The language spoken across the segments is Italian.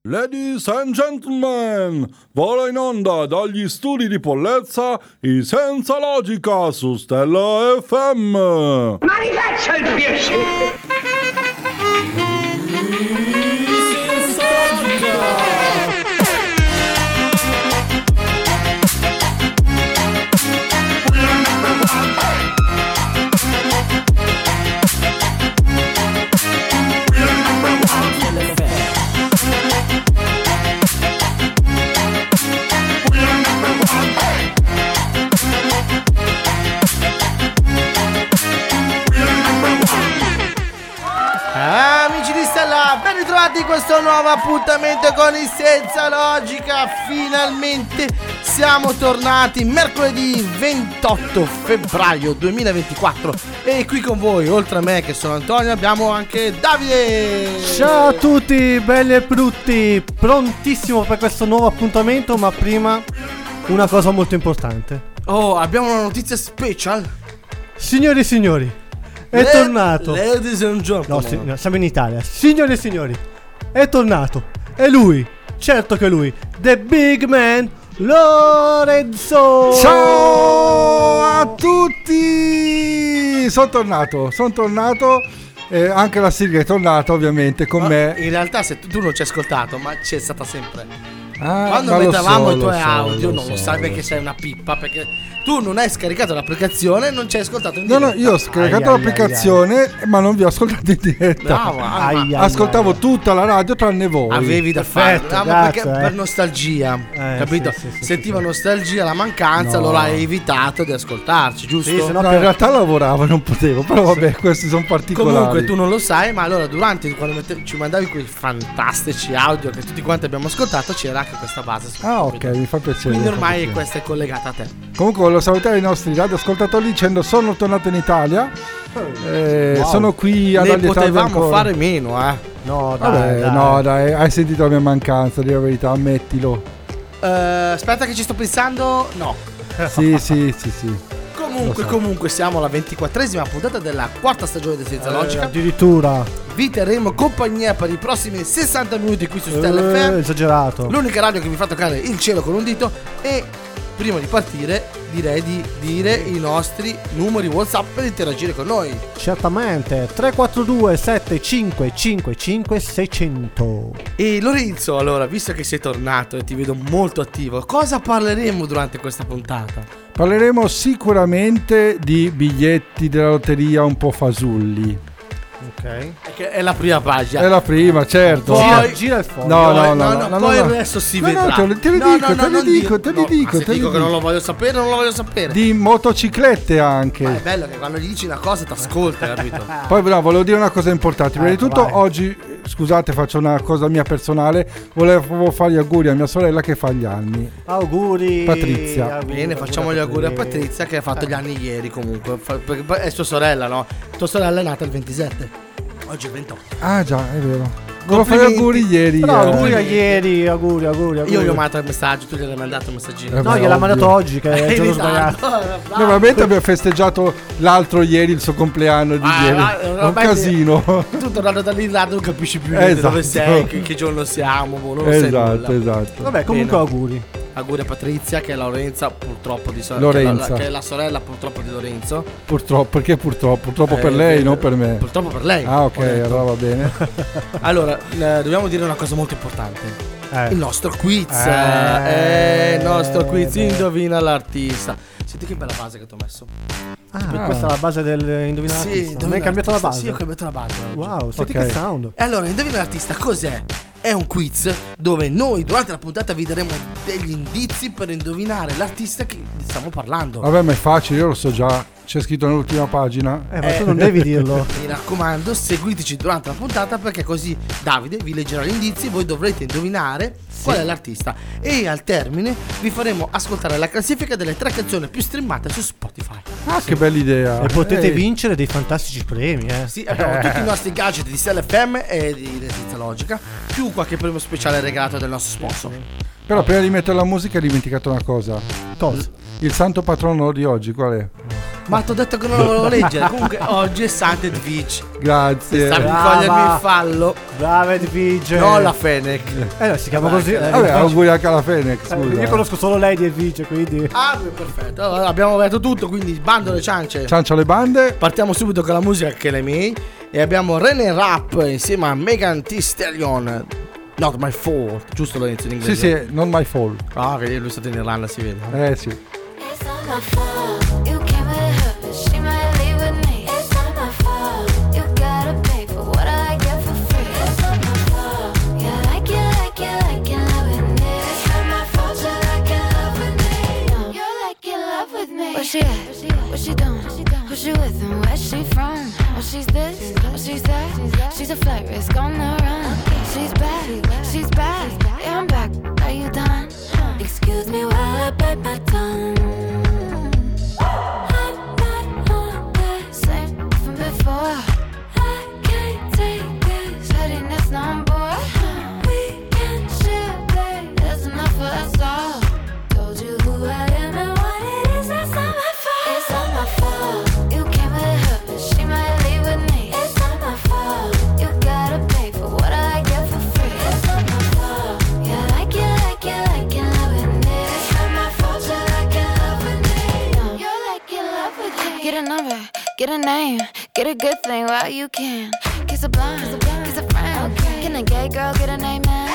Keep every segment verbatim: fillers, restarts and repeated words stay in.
Ladies and gentlemen, vola in onda dagli studi di Pollezza i Senza Logica su Stella F M. Ma rifaccia il piacere! Amici di Stella, ben ritrovati in questo nuovo appuntamento con il Senza Logica. Finalmente siamo tornati mercoledì ventotto febbraio duemilaventiquattro e qui con voi, oltre a me che sono Antonio, abbiamo anche Davide. Ciao a tutti, belli e brutti, prontissimo per questo nuovo appuntamento, ma prima una cosa molto importante. Oh, abbiamo una notizia special. Signori e signori, è Le- tornato. Ladies and gentlemen. No, si- no, siamo in Italia. Signori e signori, è tornato. È lui, certo che è lui, The Big Man Lorenzo. Ciao a tutti! Sono tornato, sono tornato. Eh, anche la sigla è tornata, ovviamente, con Ma me. in realtà se tu, tu non ci hai ascoltato, ma c'è stata sempre. Ah, Quando ma lo mettevamo so, i tuoi lo so, audio, lo non lo so, sai lo perché so. sei una pippa. Perché tu non hai scaricato l'applicazione e ci hai ascoltato in No, diretta. no, io ho scaricato Ai, ai, l'applicazione, ma non vi ho ascoltato in diretta. Bravo, ah, Ai, ma ai, Ascoltavo ai. tutta la radio tranne voi. avevi da Perfetto, fare. Ah, ma grazie, perché eh. per nostalgia, Eh, capito? sì, sì, sì, Sentiva sì, sì. nostalgia, la mancanza, No. allora hai evitato di ascoltarci, giusto? Sì, se no- No, in realtà lavoravo e non potevo, però vabbè, questi sono particolari. Comunque tu non lo sai, ma allora durante quando mette- ci mandavi quei fantastici audio che tutti quanti abbiamo ascoltato, c'era anche questa base. Ah, ok, mi fa piacere. Quindi mi fa ormai piacere. questa è collegata a te. Comunque volevo salutare i nostri radioascoltatori dicendo sono tornato in Italia. Eh, Wow. Sono qui ad Ne alliettarvi potevamo ancora. fare meno, eh. No, dai, Vabbè, dai. no, dai, hai sentito la mia mancanza, di la verità, ammettilo. Eh, aspetta che ci sto pensando. No. Sì, sì, sì, sì. Comunque, Lo so. comunque siamo alla ventiquattresima puntata della quarta stagione di Senza Eh, Logica. addirittura Vi terremo compagnia per i prossimi sessanta minuti qui su Stella eh, F M, esagerato. l'unica radio che vi fa toccare il cielo con un dito. E prima di partire direi di dire i nostri numeri WhatsApp per interagire con noi. Certamente. Tre quattro due sette cinque cinque cinque sei zero zero. E Lorenzo, allora, visto che sei tornato e ti vedo molto attivo, cosa parleremo durante questa puntata? Parleremo sicuramente di biglietti della lotteria un po' fasulli. Ok. Perché è la prima pagina. È la prima, certo. Poi- Gira, gira il foglio. No, Poi- no, no, no, no, no, poi no. il resto si No, vedrà. no, te lo- te lo No, dico, no, te no, lo non dico, dire- te lo no, dico, ma se te lo dico che dico. non lo voglio sapere, non lo voglio sapere. Di motociclette anche. Ma è bello che quando gli dici una cosa ti ascolta, capito? Poi però volevo dire una cosa importante. Prima di Ecco, tutto vai. oggi, eh, scusate, faccio una cosa mia personale. Volevo fare gli auguri a mia sorella che fa gli anni. Auguri. Patrizia. Auguri, Bene, facciamo gli auguri a Patrizia che ha fatto gli anni ieri comunque. Fa- perché poi è sua sorella, no? Tua sorella è nata il ventisette. Oggi è il ventotto. Ah già, è vero. Volevo fare gli Complimenti. auguri ieri. Però eh. auguri a ieri, auguri, auguri, auguri. Io gli ho mandato il messaggio, tu gli hai mandato un messaggino. Eh, No, beh, gliel'ha ovvio. mandato oggi che è il In giorno ritardo. sbagliato. Bravo. Normalmente abbiamo festeggiato l'altro ieri il suo compleanno di Ah, ieri. ah, È un ormai- casino. Tu tornando dall'Irlanda non capisci più niente dove Esatto. sei, che, che giorno siamo, boh, non lo sai Esatto, nulla. esatto. Vabbè, comunque Bene. auguri. Auguri a Patrizia che è Lorenza purtroppo di so- Lorenza. Che, è la, che è la sorella purtroppo di Lorenzo. Purtroppo, perché purtroppo? Purtroppo Eh, per lei, per- non per me. Purtroppo per lei. Ah, ok, ho detto. allora va bene. Allora, eh, dobbiamo dire una cosa molto importante. Eh. Il nostro quiz. Eh. Eh, il nostro quiz indovina l'artista. Senti che bella base che ti ho messo. Ah, questa è la base del indovinato. Sì, Non indovina hai cambiato la l'artista. base? Sì, ho cambiato la base oggi. Wow, senti Ok. che sound. E allora, indovina l'artista cos'è? È un quiz dove noi durante la puntata vi daremo degli indizi per indovinare l'artista che stiamo parlando. Vabbè, ma è facile, io lo so già. C'è scritto nell'ultima pagina. Eh, ma tu non devi dirlo. Mi raccomando, seguiteci durante la puntata perché così Davide vi leggerà gli indizi e voi dovrete indovinare qual è l'artista. E al termine vi faremo ascoltare la classifica delle tre canzoni più streamate su Spotify. Ah, che bella idea. E potete Eh, vincere dei fantastici premi, eh. Sì, abbiamo tutti i nostri gadget di Stella F M e di Senza Logica, più qualche premio speciale regalato dal nostro sponsor. Però prima di mettere la musica hai dimenticato una cosa. Cosa? Il santo patrono di oggi qual è? Ma ti ho detto che non lo volevo leggere. Comunque oggi è Santa Edwige. Grazie. Stavi a Brava. cogliermi il fallo. Brava Edwige. No, la Fennec. Eh no, si chiama così. eh, Vabbè, eh, auguri anche alla Fennec, eh, scusa. io conosco solo lei di Edwige, quindi. Ah, perfetto. Allora, abbiamo detto tutto, quindi bando le ciance. Ciancio alle bande. Partiamo subito con la musica che le miei. E abbiamo René Rapp insieme a Megan Thee Stallion. Not my fault. Giusto l'inizio in Sì, inglese? sì, non my fault. Ah, vedi, lui è stato in Irlanda, si vede. Eh sì. It's not my fault. You came with her, but she might leave with me. It's not my fault. You gotta pay for what I get for free. It's not my fault. You like it, like it, like it, love with me. It's not my fault. You like it, love with me. No, you like it, love with me. Where she at? What she doing? Who she with and where she from? Oh, she's this, oh, she's that. She's a flight risk on the run. She's back, she's back. Yeah, I'm back. Are you done? Excuse me while I bite my tongue. I'm not on the same from before. I can't take this pettiness no more. We can share, babe. There's enough for us all. Told you who I am and what it is. That's not my fault. It's not my fault. You came with her, but she might leave with me. It's not my fault. You gotta pay for what I get for free. It's not my fault. You like it, like it, like it, love with me. It's not my fault. You like it, love with me. No, you like it, love with me. Get a number, get a name, get a good thing while you can. Kiss a blind, kiss a friend. Can a gay girl get an amen?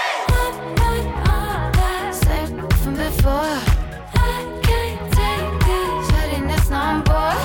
I'm not on that same from before. I can't take this pettiness no more.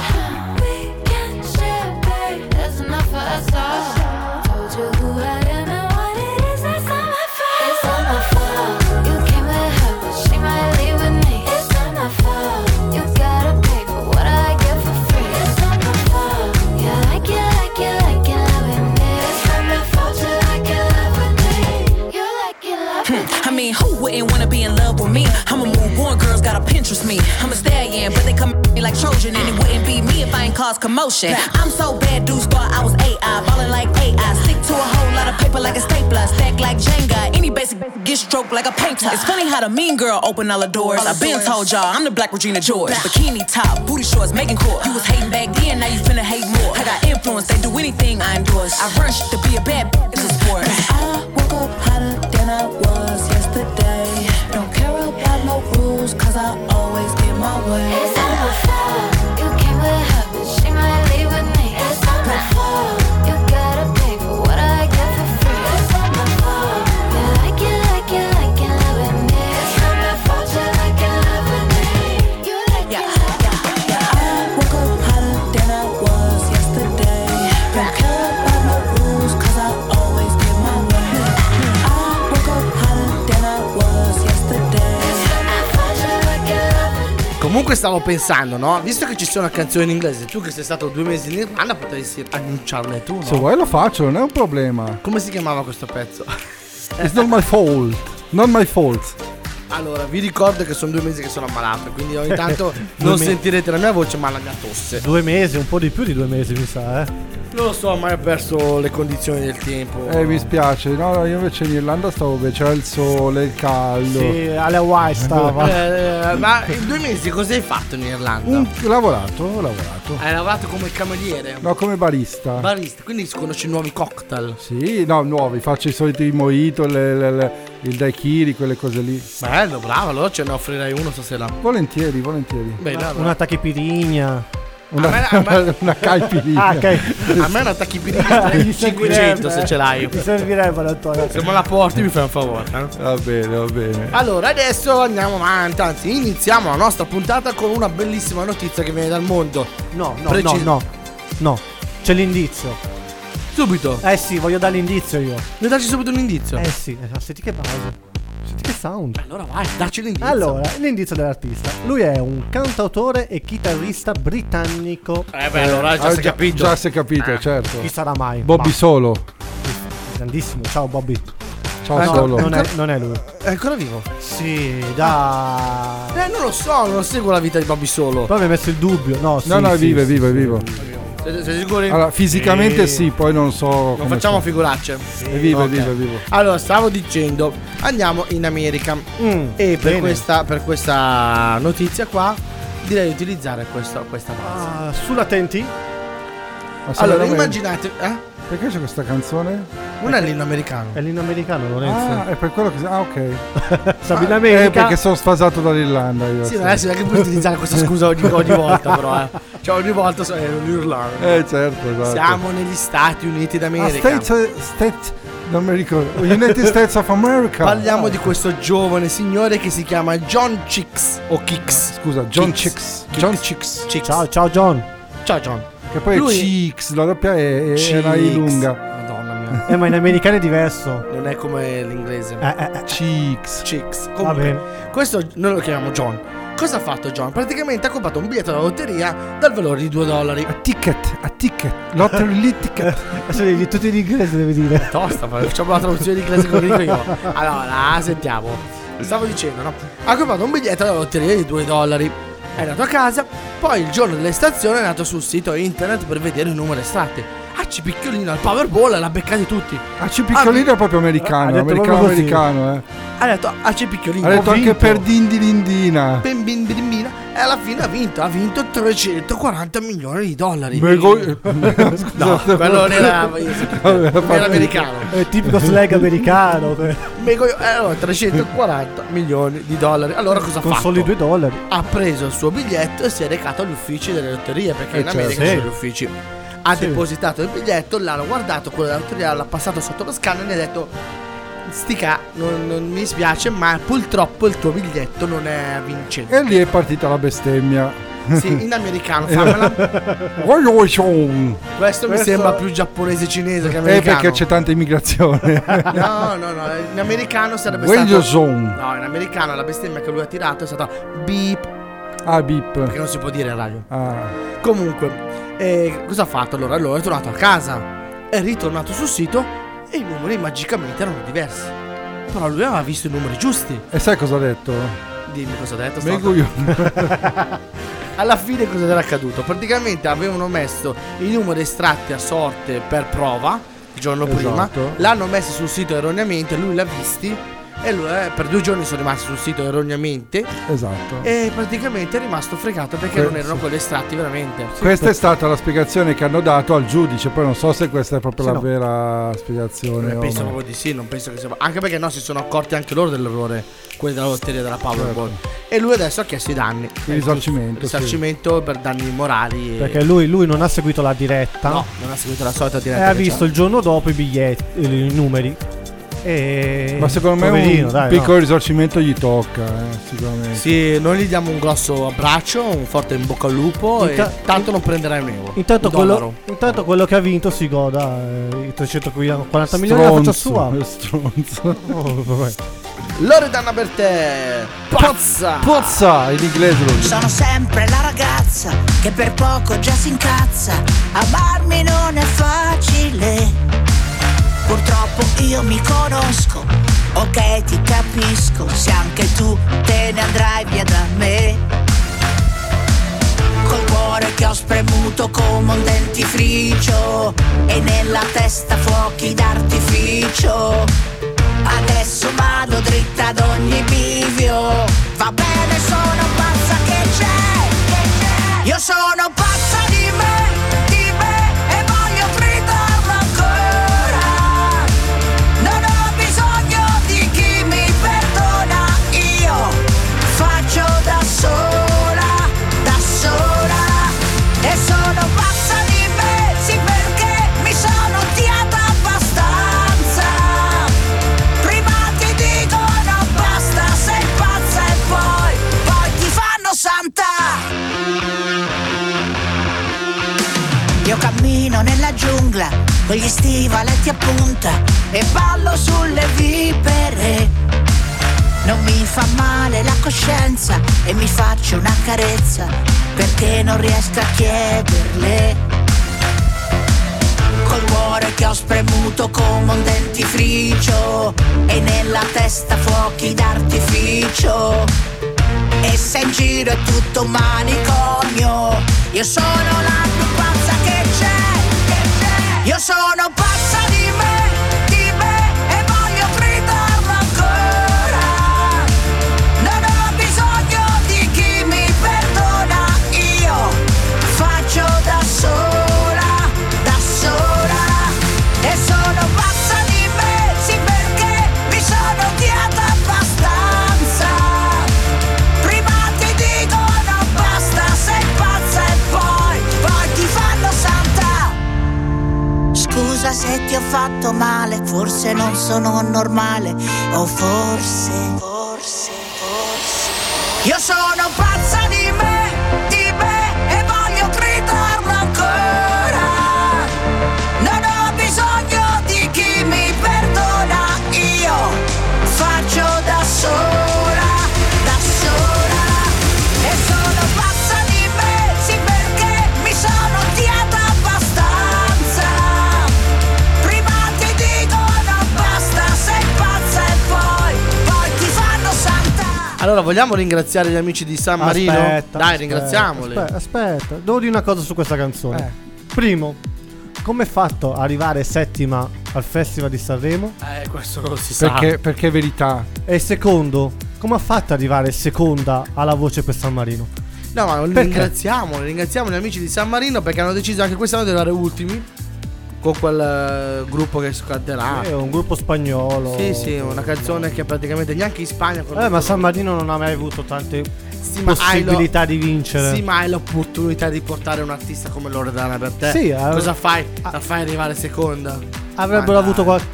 We can share, babe. There's enough for us all. Told you who I am and what it is. That's not my fault. It's not my fault. You came with her, but she might leave with me. It's not my fault. You gotta pay for what I get for free. It's not my fault. You like it, like it, like it, love with me. It's not my fault. You like it, love with me. You like it, love with me. I mean, who wouldn't wanna be in love with me? I'm a move on, girls gotta Pinterest me. I'm a stallion, but they come at me like Trojan, and it wouldn't be me if I ain't cause commotion. I'm so bad, dudes thought I was A I, ballin' like A I. Stick to a whole lot of paper like a stapler, stack like Jenga. Any basic get stroked like a painter. It's funny how the mean girl open all the doors. I been told y'all I'm the Black Regina George. Bikini top, booty shorts, making court. You was hating back then, now you finna hate more. I got influence, they do anything I endorse. I run shit to be a bad bitch, it's a sport. I woke up hotter than I was yesterday. Don't care about no rules, cause I always get my way. It's not my fault. You came with her, but she might leave with me. It's not my fault. You gotta pay for what I get for free. It's not my fault. You like it, like it, like it, love with me. It's not my fault. You like it, love with me. You like Yeah, it, love yeah, yeah. I woke up hotter than I was yesterday. Don't care about no rules, cause I always get my way. I woke up hotter than I was yesterday. Comunque stavo pensando, no? Visto che ci sono canzoni in inglese, tu che sei stato due mesi in Irlanda potresti annunciarle tu, no? Se vuoi lo faccio, non è un problema. Come si chiamava questo pezzo? It's not my fault. Not my fault. Allora, vi ricordo che sono due mesi che sono ammalato, quindi ogni tanto non mesi. sentirete la mia voce ma la mia tosse. Due mesi, un po' di più di due mesi, mi sa, eh. Non lo so, ormai ho perso le condizioni del tempo. Eh, mi spiace. No, io invece in Irlanda stavo bene. C'era il sole, il caldo. Sì, alle Hawaii stava. Eh, ma in due mesi cosa hai fatto in Irlanda? Un, ho lavorato, ho lavorato. Hai lavorato come cameriere? No, come barista. Barista, quindi conosci nuovi cocktail. Sì, no, nuovi. Faccio i soliti mojito, le, le, le, il daiquiri, quelle cose lì. Bello, bravo, allora ce ne offrirai uno stasera. Volentieri, volentieri. Bene, allora. Una tachipirigna. Una, A me- a me- una caipirinha. Ah, ok. A me una tachipirina cinquecento se ce l'hai. Mi servirebbe, Antonio. Se me la porti mi fai un favore, eh? Va bene, va bene. Allora, adesso andiamo avanti, anzi iniziamo la nostra puntata con una bellissima notizia che viene dal mondo. No, no, Precis- no, no. No. C'è l'indizio. Subito. Eh sì, voglio dare l'indizio io. Devi darci subito un indizio. Eh sì, eh, senti che base. Senti che sound. Allora vai, dacci l'indizio. Allora, l'indizio dell'artista. Lui è un cantautore e chitarrista britannico. Eh beh, allora già Ah, si è capito. Già si è capito, Eh. certo. Chi sarà mai? Bobby Ma- Solo. Grandissimo, ciao Bobby. Ciao Eh, no, Solo. Non è, non è lui. È ancora vivo? Sì, dai. Eh, non lo so, non seguo la vita di Bobby Solo. Poi mi hai messo il dubbio. No, sì, No, no, è sì, vivo, è sì, vivo, è sì. vivo. Siete, siete sicuri? Allora, fisicamente Sì. sì, poi non so. non come facciamo sta. figuracce. È vivo, Ok. è vivo, è vivo. Allora, stavo dicendo, andiamo in America. Mm, E per bene. questa, per questa notizia qua direi di utilizzare questo, questa base. Ah, sulla T N T? Allora, immaginate, eh? Perché c'è questa canzone? Non è l'inno americano. È l'inno americano, Lorenzo. Ah, è per quello che... Ah, ok. Sabi in Ah, America. eh, perché sono sfasato dall'Irlanda io. Sì, ma adesso non è che puoi utilizzare questa scusa ogni, ogni volta, però, eh. Cioè, ogni volta so- è l'Irlanda. Eh, certo, esatto. Siamo negli Stati Uniti Ah, d'America. States, States, non mi ricordo. United States of America. Parliamo di questo giovane signore che si chiama John Chicks o Kicks. Scusa, John Chicks. Chicks. John Chicks. Chicks. Ciao, ciao John. Ciao John. Che poi Lui- è Chicks, la doppia è, è Chicks. la I lunga. Madonna mia. Eh, ma in americano è diverso. Non è come l'inglese. Eh, eh, eh. Chicks. Chicks. Va Comunque, bene. questo noi lo chiamiamo John. Cosa ha fatto John? Praticamente ha comprato un biglietto della lotteria dal valore di due dollari. A ticket, a ticket. Lottery ticket. Adesso devi tutti in inglese, devi dire. Tosta, facciamo la traduzione in inglese come dico io. Allora, sentiamo. Stavo dicendo, no? Ha comprato un biglietto della lotteria di due dollari. È andato a casa, poi il giorno dell'estrazione è andato sul sito internet per vedere i numeri estratti. Ah, ci piccolino al Powerball e l'ha beccati tutti. Ah, c'è piccolino Ah, è proprio americano. ha detto Americano, proprio così. americano, eh. Ha detto, ah, c'è piccolino. Ha detto Ho anche vinto. per Dindi Lindina. Bim, bim, bim, bim, e alla fine ha vinto. Ha vinto trecentoquaranta milioni di dollari. Mego- No, quello non era, non era americano. È tipico slang americano. Mego- eh, allora, trecentoquaranta milioni di dollari. Allora cosa ha Con fatto? soli due dollari. Ha preso il suo biglietto e si è recato agli uffici delle lotterie, perché Eh, in America certo. ci Sì. sono gli uffici. Ha Sì. depositato il biglietto, l'hanno guardato, quello della lotteria l'ha passato sotto lo scanner e ha detto: Stica, non, non mi spiace, ma purtroppo il tuo biglietto non è vincente. E lì è partita la bestemmia. Sì, in americano, fammela. Questo Questo mi sembra più giapponese cinese che è americano. perché c'è tanta immigrazione. No, no, no, in americano sarebbe Quello stato. son. No, in americano la bestemmia che lui ha tirato è stata beep, Ah, beep. che non si può dire in radio. Ah. Comunque, eh, cosa ha fatto allora? Allora è tornato a casa, è ritornato sul sito e i numeri magicamente erano diversi. Però lui aveva visto i numeri giusti. E sai cosa ha detto? Dimmi cosa ha detto. Mego io. Alla fine cosa era accaduto? Praticamente avevano messo i numeri estratti a sorte per prova il giorno prima, Esatto. l'hanno messi sul sito erroneamente, lui l'ha visti e lui eh, per due giorni sono rimasti sul sito erroneamente Esatto. e praticamente è rimasto fregato perché Que- non erano quelli estratti veramente. Questa è stata la spiegazione che hanno dato al giudice, poi non so se questa è proprio Sì, la no. vera spiegazione. Eh, o penso no. proprio di sì, non penso che sia. Anche perché no, si sono accorti anche loro dell'errore, quelli della lotteria della Powerball. E lui adesso ha chiesto i danni. Il risarcimento, Il risarcimento per danni morali. e- Perché lui, lui non ha seguito la diretta. no, non ha seguito la solita E diretta. ha che visto c'ha. il giorno dopo i biglietti, i numeri. E Ma secondo me poverino, un dai, piccolo no. risarcimento gli tocca, eh, sicuramente. Sì, noi gli diamo un grosso abbraccio, un forte in bocca al lupo Inta- e tanto non prenderai un euro. Intanto un quello, dollaro. intanto quello che ha vinto si goda eh, i trecentoquaranta milioni la faccia sua. Stronzo. Oh, vabbè. Loredana per te. Pazza. Pozza in inglese lo dico. Sono sempre la ragazza che per poco già si incazza. Amarmi non è facile. Purtroppo io mi conosco. Ok, ti capisco. Se anche tu te ne andrai via da me. Col cuore che ho spremuto come un dentifricio e nella testa fuochi d'artificio. Adesso vado dritta ad ogni bivio. Va bene, sono pazza che c'è, che c'è. Io sono pazza di me, di me e voglio gridarlo ancora. Non ho bisogno di chi mi perdona. Io faccio da sola, da sola. E sono pazza di me, sì, perché mi sono odiata abbastanza. Prima ti dicono basta, sei pazza e poi, poi ti fanno santa. Io cammino nella giungla con gli stivaletti a punta e ballo sulle vipere. Non mi fa male la coscienza e mi faccio una carezza perché non riesco a chiederle. Col cuore che ho spremuto come un dentifricio e nella testa fuochi d'artificio. E se in giro è tutto un manicomio, io sono la più pazza che c'è, che c'è. Io sono pazza di me, di me e voglio gridarlo ancora. Non ho bisogno di chi mi perdona. fatto male, forse non sono normale, o forse, forse, forse. Io sono pazza di me, di me, e voglio gridarlo ancora. Non ho bisogno di chi mi perdona, io faccio da sola, da sola. E sono pazza di me, sì, perché mi sono odiata abbastanza. Prima ti dicono basta, sei pazza, e poi, poi ti fanno santa. Allora, vogliamo ringraziare gli amici di San Marino? Aspetta, Dai, aspetta, ringraziamoli. Aspetta, aspetta, devo dire una cosa su questa canzone. Eh. Primo, come è fatto arrivare settima al Festival di Sanremo? Eh, questo non si sa. Perché, perché è verità. E secondo, come ha fatto arrivare seconda alla Voce per San Marino? No, ma Perché? ringraziamo, ringraziamo gli amici di San Marino perché hanno deciso anche quest'anno di arrivare ultimi con quel eh, gruppo che canterà. È un gruppo spagnolo. Sì, sì, una canzone che praticamente neanche in Spagna. Eh, ma San Marino non ha mai avuto tante sì, ma hai lo- possibilità di vincere. Sì, ma hai l'opportunità di portare un artista come Loredana per te. Sì, eh. Cosa fai? La fai arrivare seconda? Avrebbero Ma avuto dai. qualche.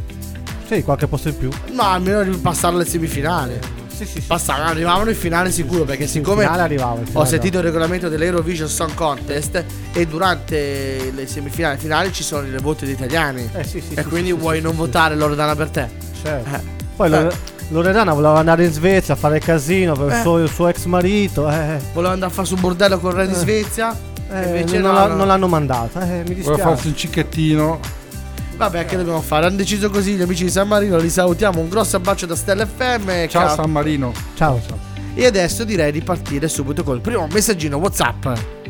Sì, qualche posto in più. No, almeno di passare alle semifinali. Sì, sì, sì. Passavano, arrivavano in finale sicuro perché siccome finale arrivava, in finale ho sentito il regolamento dell'Eurovision Song Contest e durante le semifinali finali ci sono le voti degli italiani. Eh, sì, sì, e sì, quindi sì, vuoi sì, non sì, votare Loredana per te? Certo. Eh. Poi Eh. Lore- Loredana voleva andare in Svezia a fare casino per il Eh. suo, il suo ex marito. Eh, Voleva andare a fare su un bordello con il re di Eh. Svezia? eh, e invece non, no, la- no. non l'hanno mandata. Eh, mi Voleva farsi dispiace. un cicchettino. Vabbè, che dobbiamo fare? Hanno deciso così gli amici di San Marino, li salutiamo, un grosso abbraccio da Stella F M. Ciao Ciao. San Marino. Ciao. E adesso direi di partire subito col primo messaggino WhatsApp.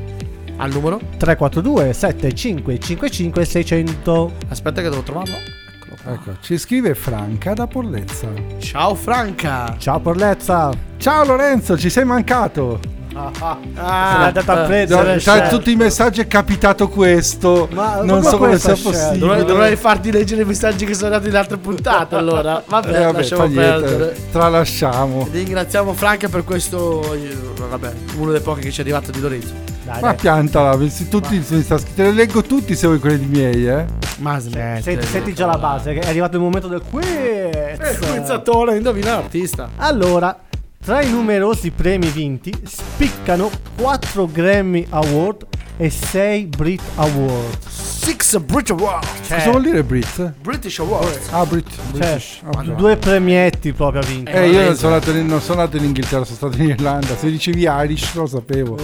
Al numero? tre quattro due sette cinque cinque cinque sei zero zero. Aspetta che devo trovarlo. Eccolo qua. Ecco, ci scrive Franca da Porlezza. Ciao Franca. Ciao Porlezza. Ciao Lorenzo, ci sei mancato. Ah, Ah, se l'ha data a Da- prendere. Tra tutti i messaggi è capitato questo. Ma non proprio so come questa sia scelta. possibile. Dovrei, dovrei farti leggere i messaggi che sono andati in altre puntate. Allora, vabbè, Eh, vabbè, lasciamo fa niente, perdere. tralasciamo. Ringraziamo Franca per questo. eh, Vabbè, uno dei pochi che ci è arrivato di Lorenzo. Dai, Ma dai. piantala, se tutti mi sta scritto, te le leggo tutti se vuoi quelli miei, eh. Ma smetti. Senti, senti già la base, che è arrivato il momento del quiz. Eh, Quizzatore, indovina l'artista. Allora, tra i numerosi premi vinti spiccano quattro Grammy Award e sei Brit Award. Six British Awards. Cosa vuol dire Brit? British Awards. Ah, Brit. Cioè, British. ok. due premietti proprio ha vinto. Eh, io non sono, andato in, non sono andato in Inghilterra, sono stato in Irlanda. Se dicevi Irish lo sapevo.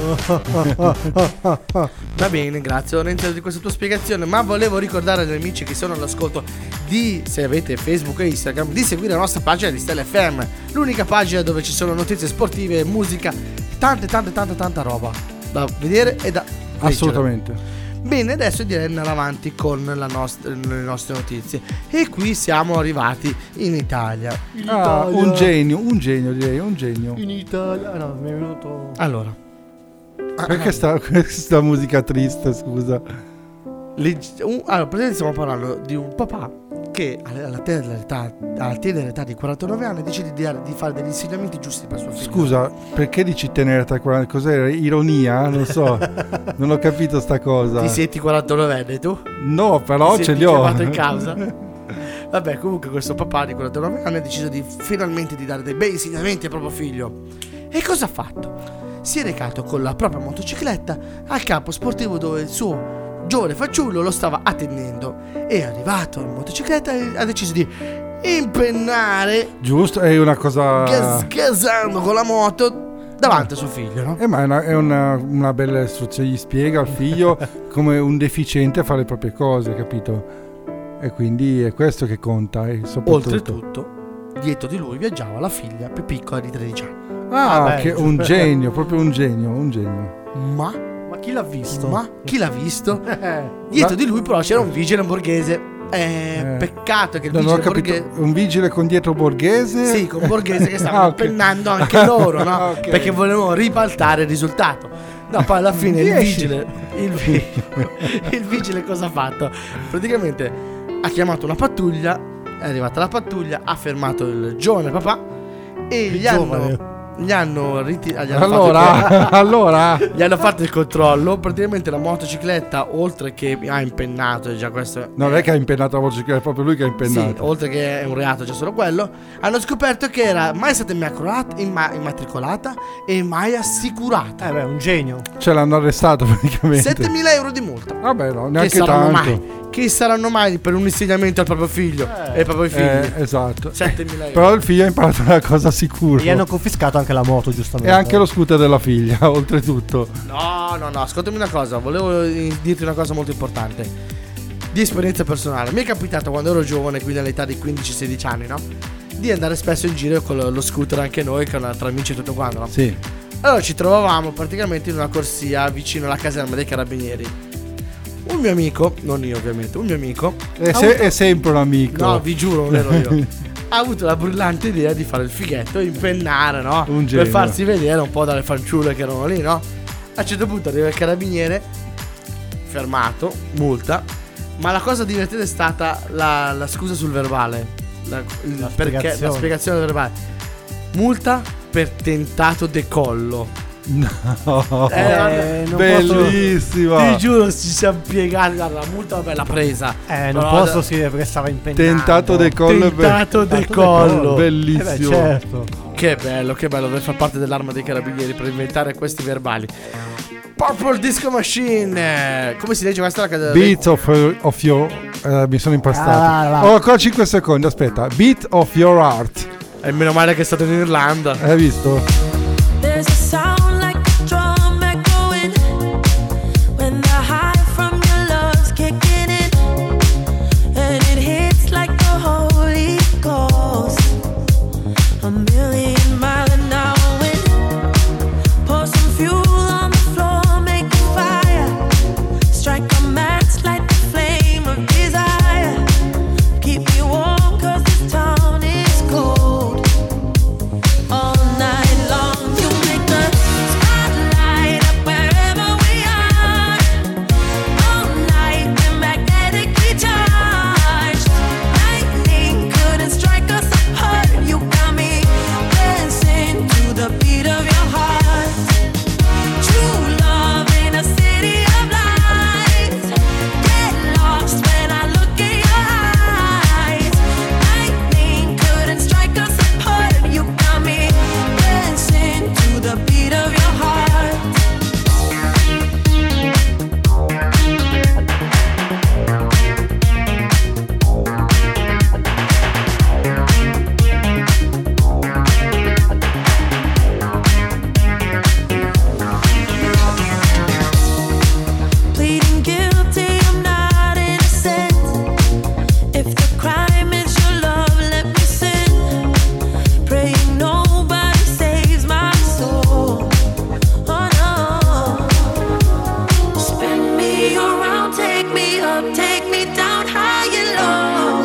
Va bene, grazie Lorenzo di questa tua spiegazione. Ma volevo ricordare agli amici che sono all'ascolto di, se avete Facebook e Instagram, di seguire la nostra pagina di Stella F M, l'unica pagina dove ci sono notizie sportive, musica, tante tante tante tanta roba da vedere e da leggere. Assolutamente. Bene, adesso direi di andare avanti con la nostra, le nostre notizie. E qui siamo arrivati in Italia. Ah, un genio, un genio direi, un genio. In Italia. No, mi è venuto. Allora, Perché sta questa musica triste, scusa? leggi- un- allora, praticamente stiamo parlando di un papà che alla, alla tenera età, alla tenera età di quarantanove anni decide di, di fare degli insegnamenti giusti per suo figlio. Scusa, perché dici tenere tra quaranta? Cos'era? Ironia? Non so, non ho capito sta cosa. Ti senti quarantanove anni tu? No, però Ti ce senti li ho. chiamato in causa? Vabbè, comunque questo papà di quarantanove anni ha deciso di finalmente di dare dei bei insegnamenti al proprio figlio. E cosa ha fatto? Si è recato con la propria motocicletta al campo sportivo dove il suo giovane fanciullo lo stava attendendo. È arrivato in motocicletta e ha deciso di impennare, Giusto, è una cosa... gas- gasando con la moto davanti a suo figlio, no? Eh, ma è, una, è una, una bella istruzione, gli spiega al figlio come un deficiente fa le proprie cose, capito? E quindi è questo che conta, e soprattutto... Oltretutto, dietro di lui viaggiava la figlia più piccola di tredici anni. Ah, Vabbè. che un genio, proprio un genio, un genio. Ma, Ma chi l'ha visto? ma chi l'ha visto? Eh, Dietro Ma- di lui però c'era un vigile borghese. Eh, Eh. peccato che il Non ho vigile capito, borghese... un vigile con dietro Borghese? Sì, con Borghese che stavano Ah, ok. pennando anche loro, no? Ah, ok. Perché volevano ribaltare il risultato. No, poi alla fine il Dieci. vigile, il, vi- il vigile cosa ha fatto? Praticamente ha chiamato una pattuglia, è arrivata la pattuglia, ha fermato il giovane papà e Il gli giovane. hanno... gli hanno ritirato. Gli hanno Allora, fatto il... allora. Gli hanno fatto il controllo. Praticamente la motocicletta, oltre che ha impennato, già questo. Non è che ha impennato la motocicletta, è proprio lui che ha impennato. Sì, oltre che è un reato, c'è solo quello. Hanno scoperto che era mai stata immacolata, imma- immatricolata e mai assicurata. Eh beh, un genio. Ce l'hanno arrestato praticamente. settemila euro di multa. Vabbè, no, Che neanche saranno tanto. mai? Che saranno mai per un insegnamento al proprio figlio e ai propri figli? Eh, esatto. settemila euro. Però il figlio ha imparato una cosa sicura. Gli hanno confiscato anche la moto, giustamente. E anche lo scooter della figlia, oltretutto. No, no, no, ascoltami una cosa. Volevo eh, dirti una cosa molto importante. Di esperienza personale. Mi è capitato quando ero giovane, quindi all'età di quindici sedici anni, no? Di andare spesso in giro con lo, lo scooter anche noi, con, tra amici e tutto quanto, no? Sì. Allora ci trovavamo praticamente in una corsia vicino alla caserma dei carabinieri. Un mio amico, non io ovviamente, un mio amico È, ha se- avuto- è sempre un amico. No, vi giuro, non ero io. Ha avuto la brillante idea di fare il fighetto, impennare, no? Un Per genio. farsi vedere un po' dalle fanciulle che erano lì, no? A un certo punto arriva il carabiniere, fermato, multa. Ma la cosa divertente è stata la, la scusa sul verbale. La, il La perché, spiegazione. la spiegazione del verbale. Multa per tentato decollo. No. Eh, non Bellissima. Ti giuro, ci siamo piegati. Guarda, la multa, vabbè, l'ha presa. Eh, non Però- posso sì, perché stava impennando. Tentato decollo e be- Tentato decollo. Bellissimo. Eh beh, certo. Che bello, che bello, deve far parte dell'arma dei carabinieri per inventare questi verbali. Purple Disco Machine. Come si legge questa? La Beat of, of your eh, mi sono impastato. Ah, là. Ho ancora cinque secondi, aspetta. Beat of your heart. E meno male che è stato in Irlanda. Hai visto? There's a sound like a drum echoing when the high from your love's kicking in, and it hits like the Holy Ghost. A million mile an hour wind. Pour some fuel on the floor, make a fire. Strike a match, light the flame of desire. Keep me warm 'cause this town is cold. All night long, you make the spotlight up wherever we are. All night, we're magnetically charged. Lightning couldn't strike us apart. You got me dancing to the beat of your heart. True love in a city of lights. Get lost when I look in your eyes. Lightning couldn't strike us apart. You got me dancing to the beat of your heart. Pleading guilty, I'm not innocent. If the crime is your love, let me sin. Praying nobody saves my soul. Oh no. Spin me around, take me up, take me down high and low.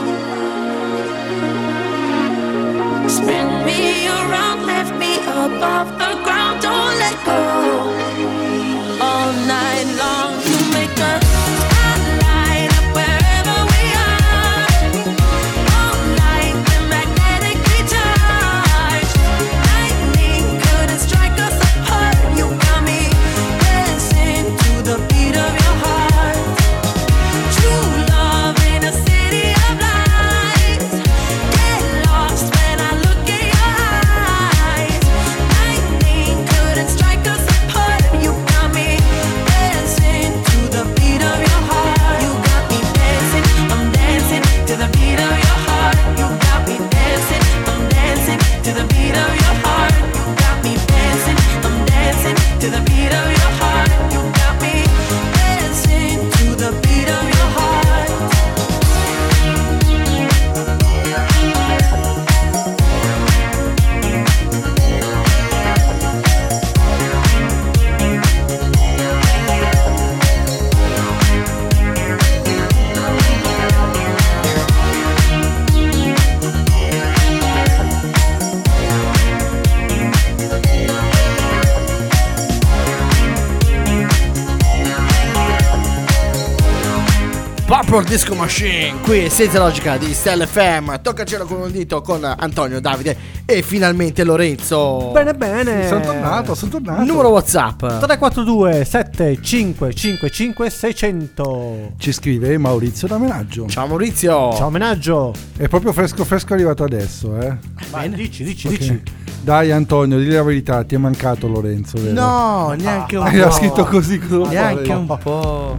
Spin me around, lift me up off the ground, don't let go. All night long, you make a spotlight up wherever we are. All night, we're magnetically charged. Lightning couldn't strike us apart. You got me dancing to the beat of your heart. True love in a city of lights. Get lost when I look in your eyes. Lightning Purple Disco Machine, qui senza logica di Stella F M. Toccacelo con un dito con Antonio, Davide e finalmente Lorenzo. Bene bene. Sono tornato, sono tornato. Numero WhatsApp tre quattro due sette cinque cinque cinque sei zero zero. Ci scrive Maurizio da Menaggio. Ciao Maurizio. Ciao Menaggio. È proprio fresco fresco arrivato adesso, eh. Vai, dici, dici, Ok. dici. Dai Antonio, di la verità, ti è mancato Lorenzo, vero? No, neanche un Hai po'. scritto così cosa Neanche fare? un po'.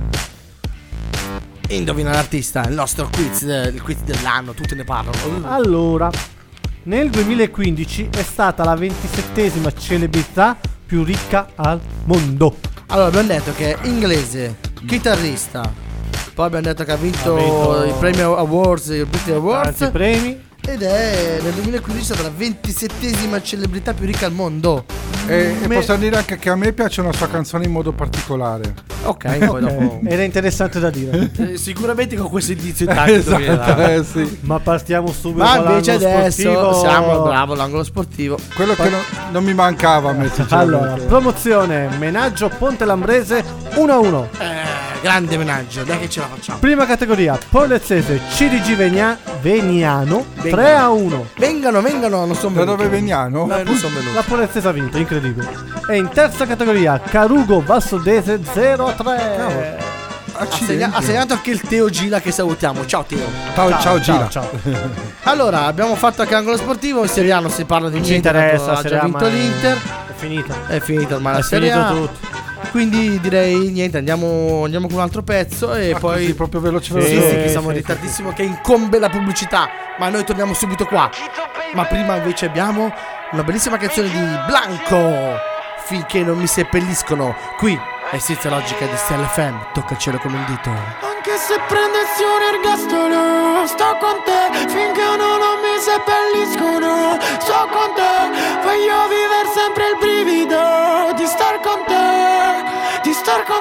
Indovina l'artista, il nostro quiz, il quiz dell'anno, tutti ne parlano. Allora, nel duemilaquindici è stata la ventisettesima celebrità più ricca al mondo. Allora, abbiamo detto che è inglese, chitarrista. Poi abbiamo detto che ha vinto, Ha vinto i Premi Awards, i British Awards. Tanti premi. Ed è nel duemilaquindici stata la ventisettesima celebrità più ricca al mondo. E, e Me- possiamo dire anche che a me piace una sua canzone in modo particolare. Ok, poi dopo. Era interessante da dire. Eh, sicuramente con questo indizio tattico. Esatto, eh, sì. Ma partiamo subito Ma con invece l'angolo adesso sportivo. siamo bravo l'angolo sportivo. Quello che non, non mi mancava a me, Allora, sinceramente. promozione Menaggio Ponte Lambrese uno a uno. Eh, grande menaggio, dai che ce la facciamo. Prima categoria Pollezzese C D G Venia- Veniano tre a uno. Vengano, vengano, non sono Da venuti. dove veniano? Eh, non sono venuti. La Pollezzese ha vinto, incredibile. E in terza categoria Carugo Valsodese zero a tre. Ha, Accidenti. segna- ha segnato anche il Teo Gila che salutiamo. Ciao Teo. Ciao, ciao, Gira. ciao. Allora, abbiamo fatto anche l'angolo sportivo. In Serie A non si parla di Non ci niente. interessa, tanto ha Serie già A, vinto ma- l'Inter. È finita. È finita ormai la È Serie finito A. tutto. Quindi direi niente, andiamo, andiamo con un altro pezzo e Ah, poi così, proprio veloce, Sì, veloce. sì, Sì, che siamo in sì, ritardissimo, che incombe la pubblicità. Ma noi torniamo subito qua. Ma prima invece abbiamo una bellissima canzone di Blanco, Finché non mi seppelliscono. Qui è Senza Logica di Stella F M. Tocca il cielo con un dito. Anche se prendessi un ergastolo, sto con te finché non, non mi seppelliscono. Sto con te, voglio vivere sempre il brivido di star con te, di star con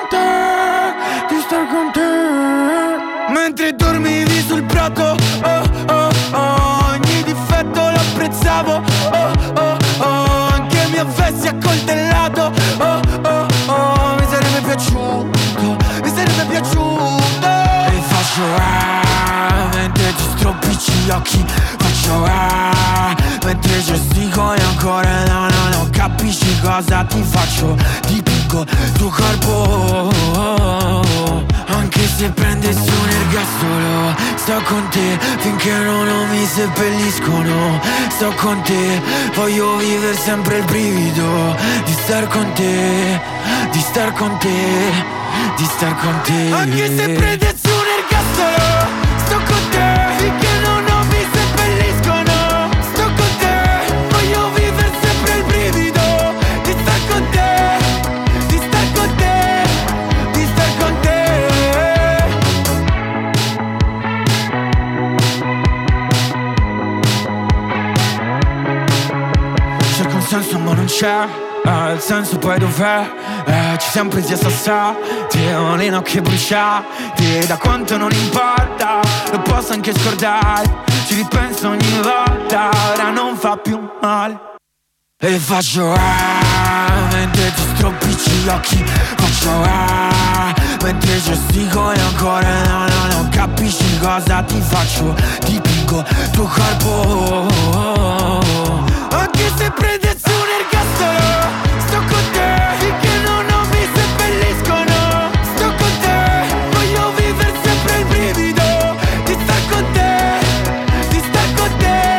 te, di star con te. Mentre dormivi sul prato, oh oh oh, ogni difetto lo apprezzavo, oh oh oh, anche mi avessi accoltellato, oh oh oh, mi sarebbe piaciuto, mi sarebbe piaciuto. E faccio ah, mentre ti stropicci gli occhi, faccio ah, mentre gestico e ancora no, no, no, capisci cosa ti faccio, dipingo tuo corpo, anche se prendessi un ergastolo, sto con te finché non, non mi seppelliscono. Sto con te, voglio vivere sempre il brivido di star con te, di star con te, di star con te. Anche se prendessi un ergastolo, sto con te finché non, non mi seppelliscono. Sto con te, voglio vivere sempre il brivido di star con te, di star con te, di star con te. Cerco un senso ma non c'è, eh, il senso poi dov'è? Eh, ci siamo presi a sassati, ho le nocche bruciate, da quanto non importa, lo posso anche scordare, ci ripenso ogni volta, ora non fa più male. E faccio ah, mentre ti stropicci gli occhi, faccio ah, mentre gestico e ancora no, no, no, capisci cosa ti faccio, dipingo tuo corpo, anche se prendessi un ergastolo, sto con te finché non, non mi seppelliscono. Sto con te, voglio vivere sempre il brivido di star con te, di star con te.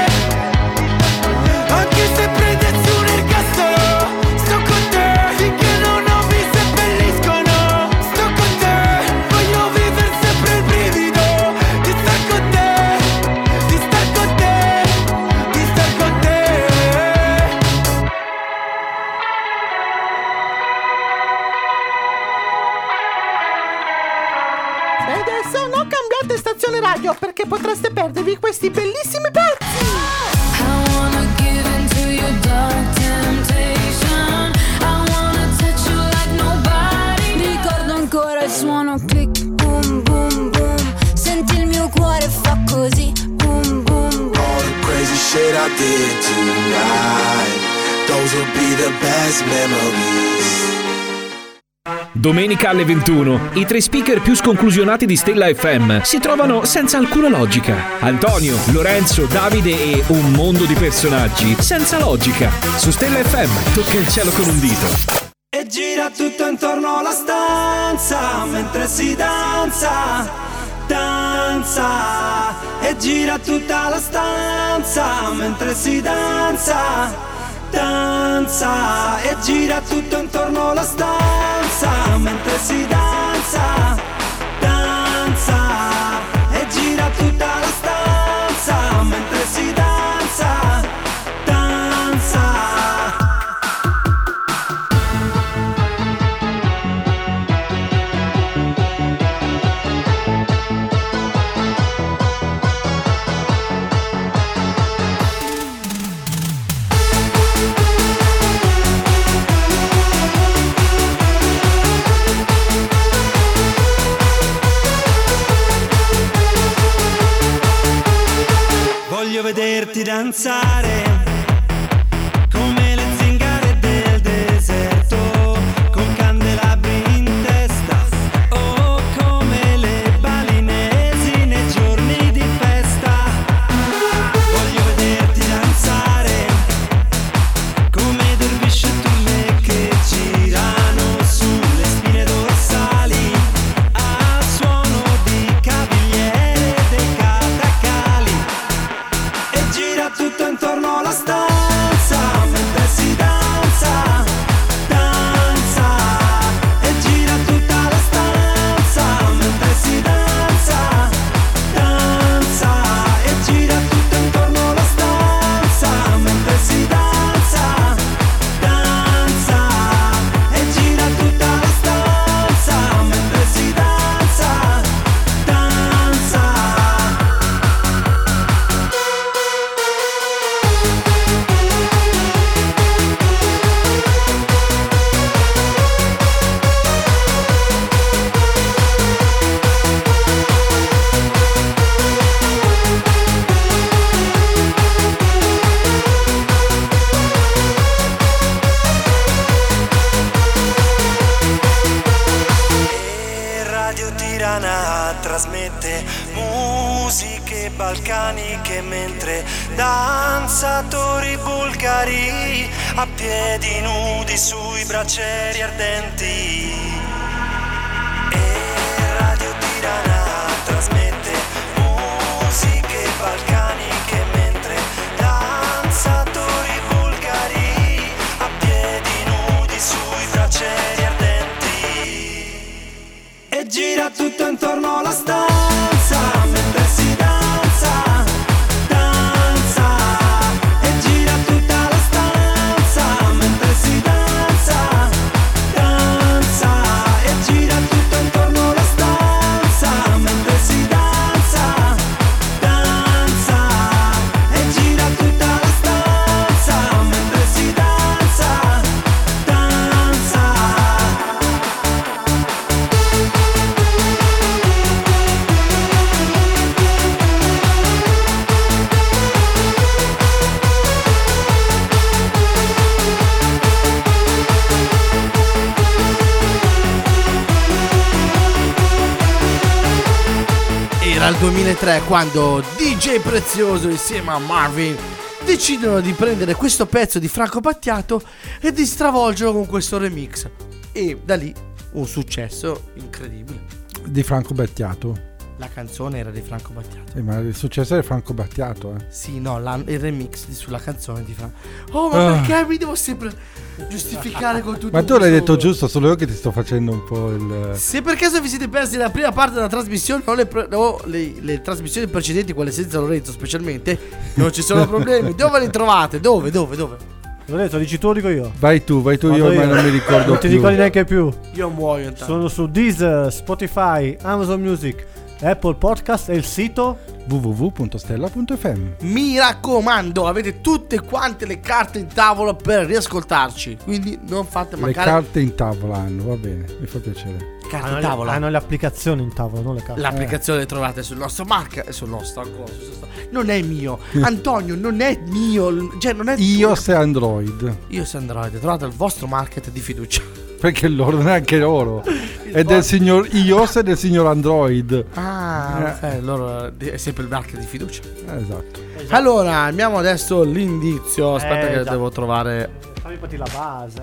Anche se prendessi un ergastolo, sto con te finché non, non mi seppelliscono. Sto con te, voglio vivere sempre il brivido di star con te, di star con te, di star con te. E adesso non cambiate stazione radio perché potreste perdervi questi bellissimi pezzi. I wanna give into your dark temptation. I wanna touch you like nobody. Ricordo ancora il suono click, boom, boom, boom. Senti il mio cuore fa così, boom, boom, boom. All the crazy shit I did tonight, those will be the best memories. Domenica alle ventuno, i tre speaker più sconclusionati di Stella F M si trovano senza alcuna logica. Antonio, Lorenzo, Davide e un mondo di personaggi senza logica. Su Stella F M tocca il cielo con un dito. E gira tutto intorno alla stanza mentre si danza, danza. E gira tutta la stanza mentre si danza, danza. E gira tutto intorno alla stanza mentre si danza, danza. E gira tutta la stanza mentre si danza, danza. Voglio vederti danzare come le zingare del deserto, con candelabri in testa, o come le balinesi nei giorni di festa. Voglio vederti danzare come dervisci e turme che girano sulle spine dorsali al suono di cavigliere dei catacali. E gira tutto intorno alla stanza mentre si danza, danza. E gira tutta la stanza mentre si danza, danza. E gira tutto intorno alla stanza mentre si danza, danza. E gira tutta la stanza mentre si danza, danza. E Radio Tirana trasmette musiche balcaniche mentre danzatori bulgari a piedi nudi sui braccieri ardenti. E Radio Tirana trasmette musiche balcaniche mentre danzatori bulgari a piedi nudi sui braccieri ardenti. E gira tutto intorno alla stanza mentre si danza, danza. E gira tutta la stanza mentre si danza, danza. E gira tutto intorno alla stanza mentre si danza, danza. E gira tutta la stanza mentre si danza, danza. Era il duemilatré quando D J Prezioso insieme a Marvin decidono di prendere questo pezzo di Franco Battiato e di stravolgerlo con questo remix. E da lì un successo incredibile. Di Franco Battiato. La canzone era di Franco Battiato. Eh, ma il successo è Franco Battiato, eh. Sì, no, la- il remix di- sulla canzone di Franco. Oh, ma Ah. perché mi devo sempre giustificare con tutto Ma tu l'hai questo- detto giusto, solo io che ti sto facendo un po' il... Se per caso vi siete persi la prima parte della trasmissione o le, pre- o le, le trasmissioni precedenti, quelle senza Lorenzo specialmente, non ci sono problemi. Dove le trovate? Dove, dove, dove? Lorenzo, dici tu o dico io? Vai tu, vai tu, Vado io ormai non mi ricordo Non ti più. ricordi neanche più. Io muoio intanto. Sono su Deezer, Spotify, Amazon Music, Apple Podcast e il sito w w w punto stella punto f m. Mi raccomando, avete tutte quante le carte in tavola per riascoltarci. Quindi non fate Le mancare carte in tavola hanno, va bene, mi fa piacere. carte hanno in le, tavola. hanno le applicazioni in tavola, non le carte. L'applicazione le trovate sul nostro marca e sul nostro ancora, sul nostro- non è mio. Antonio, non è mio. Cioè, non è iOS e Android. iOS e Android. Trovate il vostro market di fiducia. perché l'ordine è anche loro. È del signor iOS e del signor Android. Ah, eh. eh, loro è sempre il marchio di fiducia. Esatto. esatto. Allora, abbiamo adesso l'indizio. Aspetta, Eh, che già. devo trovare. Fammi partire la base.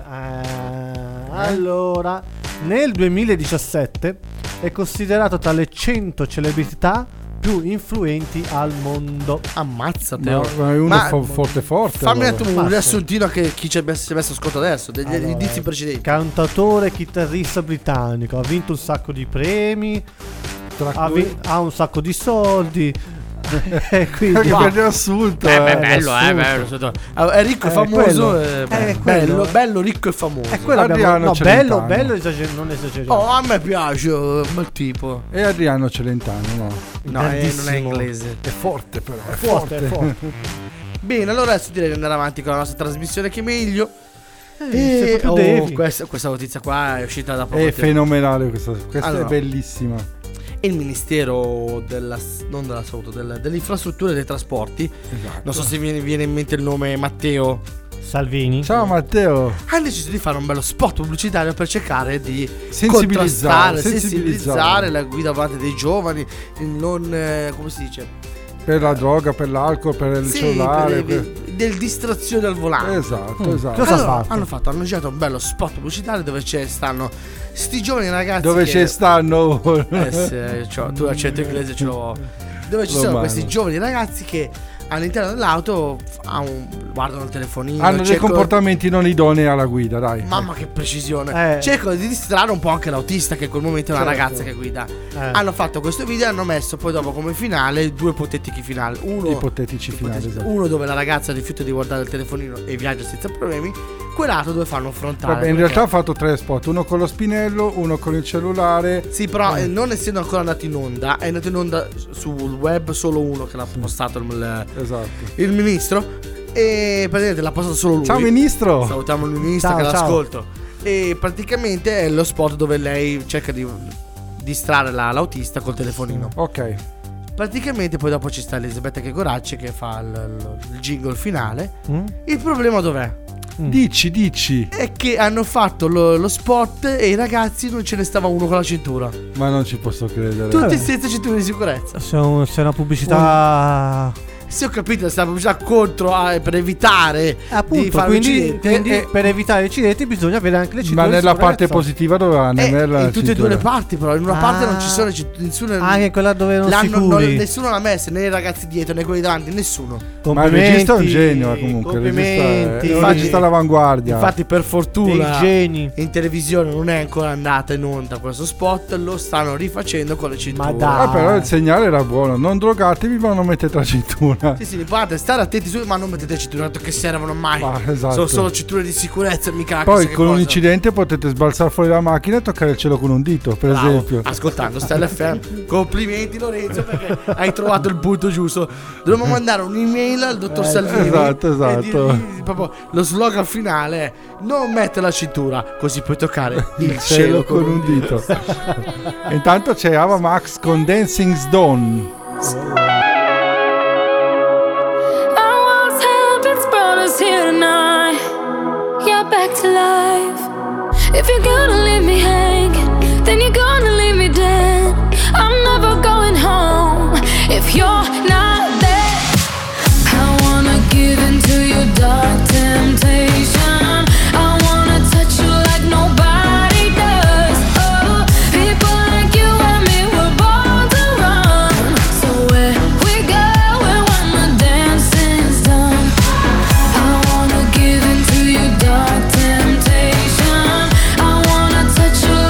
Eh, allora, nel duemiladiciassette è considerato tra le cento celebrità più influenti al mondo. Ammazzate. Ma, oh. ma è uno Ma- fo- forte forte. Fammi un allora. attimo un Mazza. riassuntino che chi ci è si è messo ascolto adesso degli Allora, indizi precedenti. Cantautore e chitarrista britannico, ha vinto un sacco di premi, Tra ha, cui- vi- ha un sacco di soldi. E quindi Che per riassunto. Eh, beh, eh, bello, eh, riassunto. bello, sotto- Ah, è ricco e Eh, famoso. quello. eh, Eh, bello, quello. bello, ricco e famoso. è quello abbiamo, Adriano no, Celentano. bello, bello esager- non esageriamo. Oh, a me piace oh, quel tipo. E Adriano Celentano, no? No, eh, non è Grandissimo. inglese. È forte però. È forte, forte. è forte. Bene, allora adesso direi di andare avanti con la nostra trasmissione che meglio. Eh, se proprio oh, devi. questa, questa notizia qua è uscita da poco È tempo. fenomenale questa. Questa Allora. è bellissima. Il Ministero della non della salute, del- delle infrastrutture e dei trasporti. Esatto. Non so se viene, viene in mente il nome Matteo. Salvini. Ciao Matteo. Ha deciso di fare un bello spot pubblicitario per cercare di Sensibilizzare, contrastare, sensibilizzare. sensibilizzare la guida avanti dei giovani, il non eh, come si dice? Per la droga, per l'alcol, per il Sì, cellulare. per- per- del distrazione al volante. Esatto, Mm. esatto. Cosa ha Allora, fatto? hanno fatto, hanno girato un bello spot pubblicitario dove c'è stanno sti giovani ragazzi Dove che- ci stanno? Eh sì, cioè, tu l'accento inglese ce l'ho. Dove ci Lo sono mando. questi giovani ragazzi che all'interno dell'auto ha un- guardano il telefonino, Hanno dei cercano- comportamenti non idonei alla guida, dai. Mamma che precisione. Eh. Cercano di distrarre un po' anche l'autista che in quel momento è una Certo. ragazza che guida. Eh. Hanno fatto questo video e hanno messo poi dopo come finale due ipotetici finali. Uno, Ipotetici finali, ipotetici- esatto. uno dove la ragazza rifiuta di guardare il telefonino e viaggia senza problemi. Quell'altro dove fanno un frontale. Vabbè, in perché- realtà ha fatto tre spot, uno con lo spinello, uno con il cellulare. Sì, però eh, non essendo ancora andato in onda, è andato in onda sul web solo uno che l'ha postato il, Esatto. il ministro. E praticamente l'ha postato solo lui. Ciao ministro. Salutiamo il ministro Ciao, che ciao. l'ascolto. E praticamente è lo spot dove lei cerca di distrarre la- l'autista col telefonino. Ok. Praticamente poi dopo ci sta Elisabetta Chegoracci che fa il, il- il jingle finale. Mm? Il problema dov'è? Dici, dici. È che hanno fatto lo, lo spot e i ragazzi non ce ne stava uno con la cintura. Ma non ci posso credere. Tutti Vabbè. senza cintura di sicurezza. Se, un- se una pubblicità. Se ho capito, sta pubblicità contro eh, per evitare di Appunto, fare quindi, un incidente. quindi e- per evitare incidenti bisogna avere anche le cinture Ma di nella parte sicurezza. positiva doveva Eh, nella in tutte e due le cintura. parti, però. In una Ah. parte non ci sono cint- nessuno. Anche quella dove non l'hanno- sicuri. non- nessuno l'ha messa, né i ragazzi dietro né quelli davanti, nessuno. Ma il regista è un genio eh, comunque. Il regista è- Complimenti. è un Infatti- regista all'avanguardia. Infatti, per fortuna, Dei geni. in televisione non è ancora andata in onda questo spot. Lo stanno rifacendo con le cinture. Ma dai. Ah, però il segnale era buono. Non drogatevi, ma non mettete la cintura. Sì, sì, l'importante è stare attenti su, ma non mettete cinture che servono mai. Ma, esatto. Sono solo cinture di sicurezza, mica Poi chissà che con un cosa. incidente potete sbalzare fuori la macchina e toccare il cielo con un dito, per Bravo, esempio. ascoltando Stella F M. Complimenti Lorenzo perché hai trovato il punto giusto. Dovremmo mandare un'email al dottor Eh, Salvini. esatto, e esatto. dirgli proprio lo slogan finale è: non mette la cintura, così puoi toccare il cielo con un dito. E intanto c'è Ava Max con Dancing Stone. Our walls habits brought us here tonight. You're back to life. If you're gonna leave me hanging, then you're gonna leave me dead. I'm never going home if you're not there. I wanna give into your dark temptation. I wanna touch you like nobody does. Oh, people like you and me were born to run. So where we go when the dancing's done. I wanna give into your dark temptation. I wanna touch you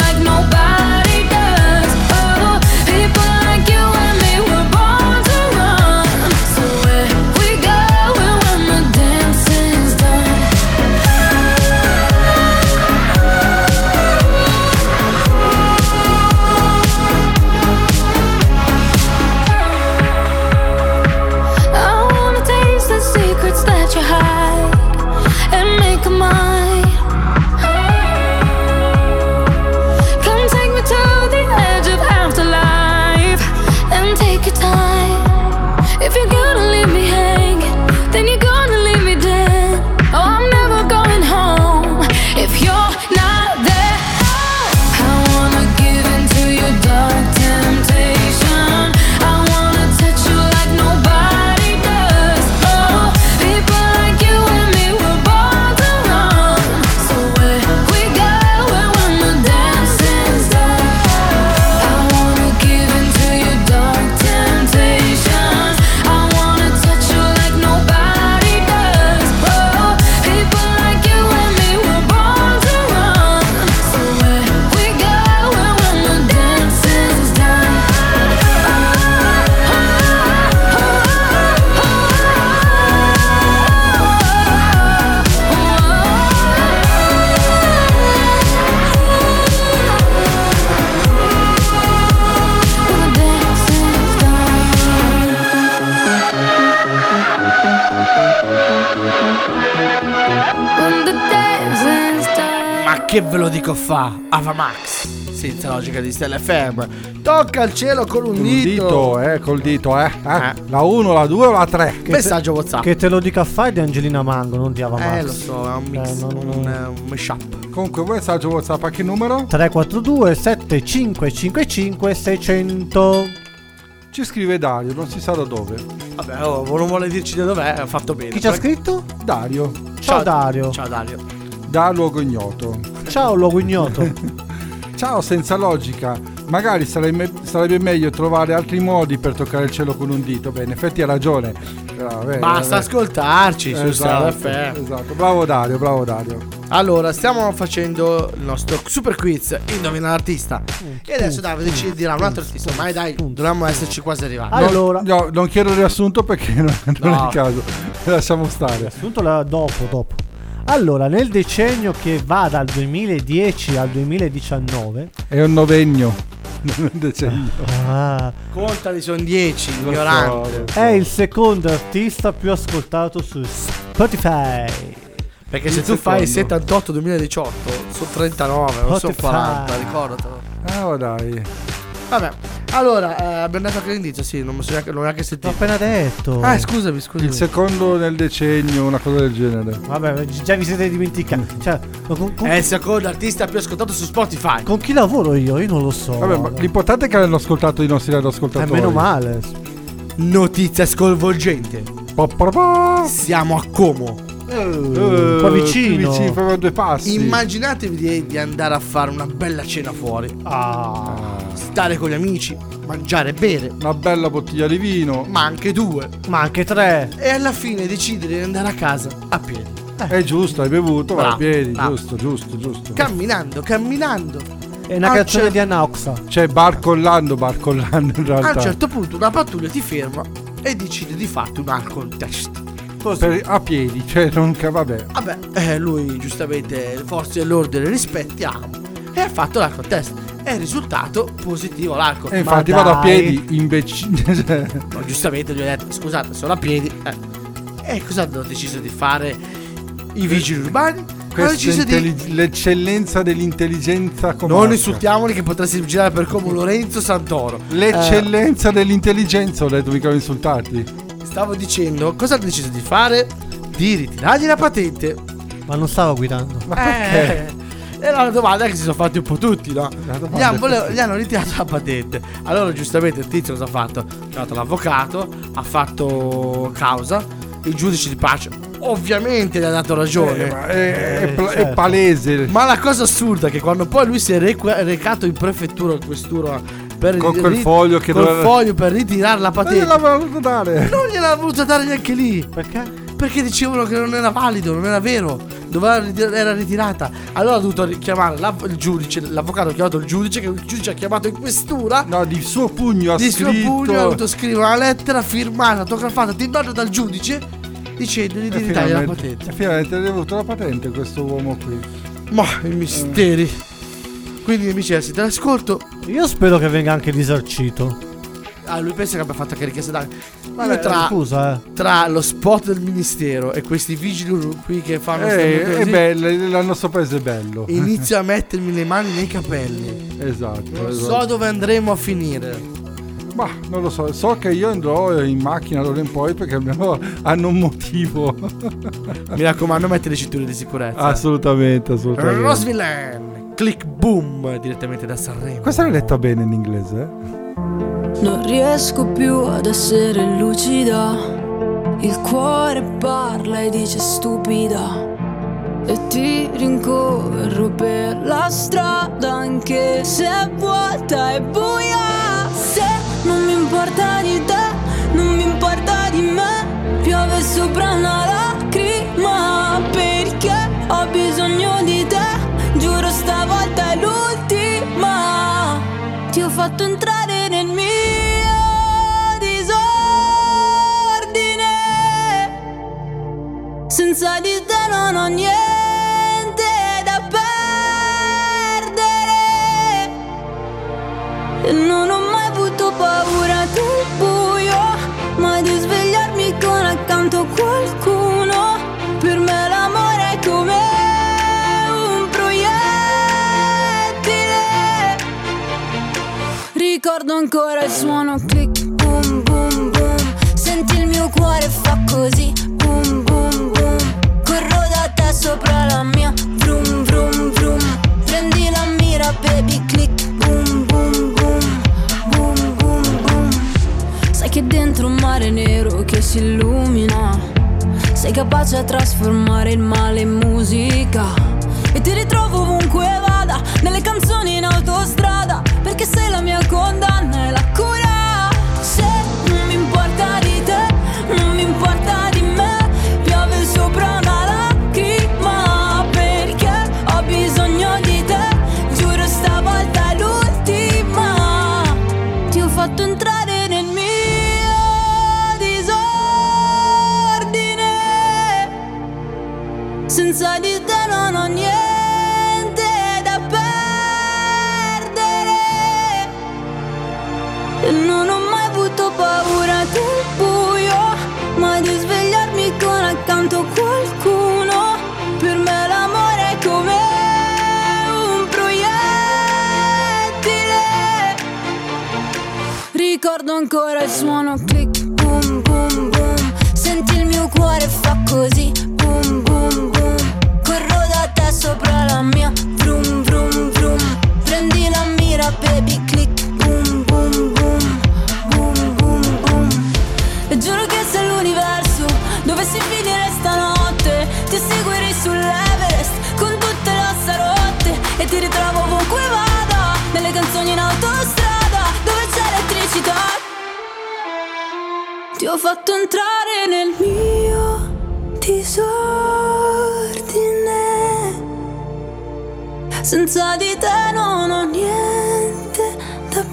When the dancing's done. Ma che ve lo dico fa? Avamax, senza logica di Stella F M. Tocca al cielo con un Un dito. dito, eh, col dito, eh. eh. Eh. La uno, la due o la tre? Messaggio WhatsApp. Che te lo dica fai di Angelina Mango, non di Avamax. Eh, lo so, è un mix, Eh, non- un, eh, un mashup. Comunque, un messaggio WhatsApp a che numero? tre quattro due sette cinque cinque cinque sei zero zero. Ci scrive Dario, non si sa da dove. Vabbè, oh, non vuole dirci da dov'è, ha fatto bene. Chi ci ha scritto? Dario. Ciao Dario. Ciao Dario. Da luogo ignoto. Ciao luogo ignoto. Ciao senza logica. Magari sarebbe, sarebbe meglio trovare altri modi per toccare il cielo con un dito. Beh, in effetti ha ragione. Vabbè, Basta vabbè. ascoltarci su Stella Esatto, F M. esatto. Bravo Dario, bravo Dario. Allora, stiamo facendo il nostro super quiz Indovina l'artista. E adesso Davide ci dirà un altro artista. Ormai dai, dovremmo esserci quasi arrivati. Allora, No, no, non chiedo il riassunto perché non, non No. è il caso. Lasciamo stare. tutto la- dopo, dopo. Allora, nel decennio che va dal duemiladieci al duemiladiciannove. È un novennio. Non un decennio. Ah, Contali, sono dieci, Lo ignorante. so. è il secondo artista più ascoltato su Spotify. Perché Il se tu fai secondo. settantotto duemiladiciotto sono trentanove, non sono Spotify. quaranta, ricordatelo. Ah, oh, dai. Vabbè, allora, eh, abbiamo dato anche l'indizio, sì, non mi sono neanche, non ho neanche L'ho sentito. appena detto. Ah, scusami, scusami. Il secondo nel decennio, una cosa del genere. Vabbè, già vi siete dimenticati. Cioè, con, con- È il secondo artista più ascoltato su Spotify. con chi lavoro io? Io non lo so. Vabbè, ma l'importante è che hanno ascoltato i nostri Eh, radioascoltatori. meno male. Notizia sconvolgente. Pa, pa, pa. Siamo a Como. Eh, un po' vicino. più vicino, proprio a due passi. Immaginatevi di, di andare a fare una bella cena fuori. Ah, Stare con gli amici, mangiare e bere, Una bella bottiglia di vino. ma anche due. ma anche tre. E alla fine decidere di andare a casa a piedi. È giusto, hai bevuto, vai a Bravo, piedi. bravo. Giusto, giusto, giusto. Camminando, camminando. È una Ah, canzone c'è- di Anna Oxa. Cioè, barcollando, barcollando in A un realtà. certo punto una pattuglia ti ferma e decide di farti un alcol test. Per- a piedi, cioè, non ca- vabbè. Vabbè, eh, lui giustamente, forze dell'ordine rispettiamo, e ha fatto l'alcol test. È il risultato positivo l'alcol. E infatti Ma vado a dai. piedi, imbecille. Ma giustamente gli ho detto, scusate, sono a piedi. Eh. E cosa hanno deciso di fare i vigili urbani? Hanno Questa deciso di... intelli- l'eccellenza dell'intelligenza comarca. Non insultiamoli che potresti girare per come Lorenzo Santoro. L'eccellenza dell'intelligenza, ho detto, mica ho insultati. Eh, stavo dicendo, cosa hanno deciso di fare? Di ritirargli la patente. Ma non stava guidando. Ma perché? Eh, era una domanda che si sono fatti un po' tutti, no? La domanda Gli hanno, è vole- gli hanno ritirato la patente. Allora, giustamente, il tizio cosa ha fatto? Ha chiamato l'avvocato, ha fatto causa. Il giudice di pace, ovviamente, gli ha dato ragione. Eh, ma è, è pla- è certo. palese. Ma la cosa assurda è che quando poi lui si è requ- recato in prefettura, in questura, per Con quel foglio che col doveva- foglio per ritirare la Ma patente, gliel'aveva voluto dare. non gliel'ha voluto dare neanche lì. Perché? Perché dicevano che non era valido, non era vero, doveva ritir- era ritirata. Allora ha dovuto chiamare l'av- il giudice, l'avvocato ha chiamato il giudice, che il giudice ha chiamato in questura. No, di suo pugno ha Di suo scritto. pugno ha dovuto scrivere una lettera firmata, autografata, firmata dal giudice, dicendogli di E ritirare la finalmente, patente. e finalmente ha avuto la patente questo uomo qui. Ma i misteri. Quindi amici, siete all'ascolto. Io spero che venga anche risarcito. Ah, lui pensa che abbia fatto anche richiesta d'anno. Vabbè, Io tra, scusa, eh. tra lo spot del ministero e questi vigili qui che fanno sta Eh, cosa è così, bello, il nostro paese è bello. inizio a mettermi le mani nei capelli. Esatto, Non esatto. so dove andremo a finire. Ma non lo so, so che io andrò in macchina d'ora in poi perché almeno hanno un motivo. Mi raccomando, metti le cinture di sicurezza. Assolutamente, assolutamente. Rosvillain, click boom, direttamente da Sanremo. Questa l'hai letta bene in inglese? eh? Non riesco più ad essere lucida. Il cuore parla e dice stupida. E ti rincorro per la strada anche se è vuota e buia. Se non mi importa di te, non mi importa di me. Piove sopra una lacrima perché ho bisogno di te. Giuro stavolta è l'ultima. Ti ho fatto entrare nel mio disordine. Senza di te non ho niente da perdere. E non ho mai avuto paura del buio, ma di svegliarmi con accanto qualcuno ancora il suono click, boom boom boom. Senti il mio cuore fa così, boom boom boom. Corro da te sopra la mia, vroom vroom vroom. Prendi la mira baby click, boom boom boom. Boom boom boom. Sai che dentro un mare nero che si illumina, sei capace a trasformare il male in musica. E ti ritrovo ovunque vada, nelle canzoni in autostrada, perché sei la mia condanna e la cura. Se non mi importa di te, non mi importa di me, piove sopra una lacrima, perché ho bisogno di te, giuro stavolta è l'ultima. Ti ho fatto entrare nel mio disordine, senza di te non ho niente da perdere. E non ho mai avuto paura del buio, ma di svegliarmi con accanto qualcuno. Per me l'amore è come un proiettile. Ricordo ancora il suono click, boom boom boom. Senti il mio cuore fa così, boom boom boom. Corro da te sopra la mia, vroom vroom vroom. Prendi la mira baby click, boom boom boom. Boom boom boom. E giuro che se l'universo dovessi finire stanotte, ti seguirei sull'Everest con tutte le ossa rotte. E ti ritrovo ovunque vada, nelle canzoni in autostrada, dove c'è elettricità. Ti ho fatto entrare nel mio disordine, senza di te non ho niente da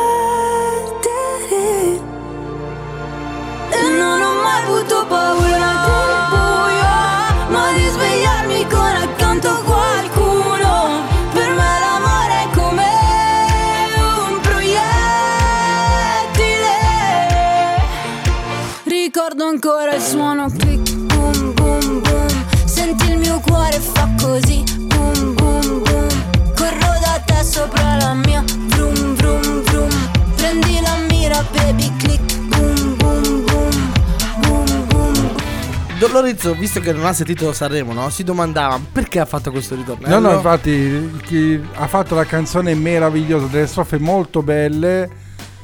perdere. E non ho mai avuto paura del buio, ma di svegliarmi con accanto qualcuno. Per me l'amore è come un proiettile. Ricordo ancora il suono click, boom boom boom. Senti il mio cuore fa così, boom boom boom. Corro da te sopra la mia, vroom vroom vroom. Prendi la mira baby click, boom boom boom. Boom boom. Don Lorenzo, visto che non ha sentito Sanremo, no? Si domandava perché ha fatto questo ritornello. No, no, infatti chi ha fatto la canzone meravigliosa, delle strofe molto belle.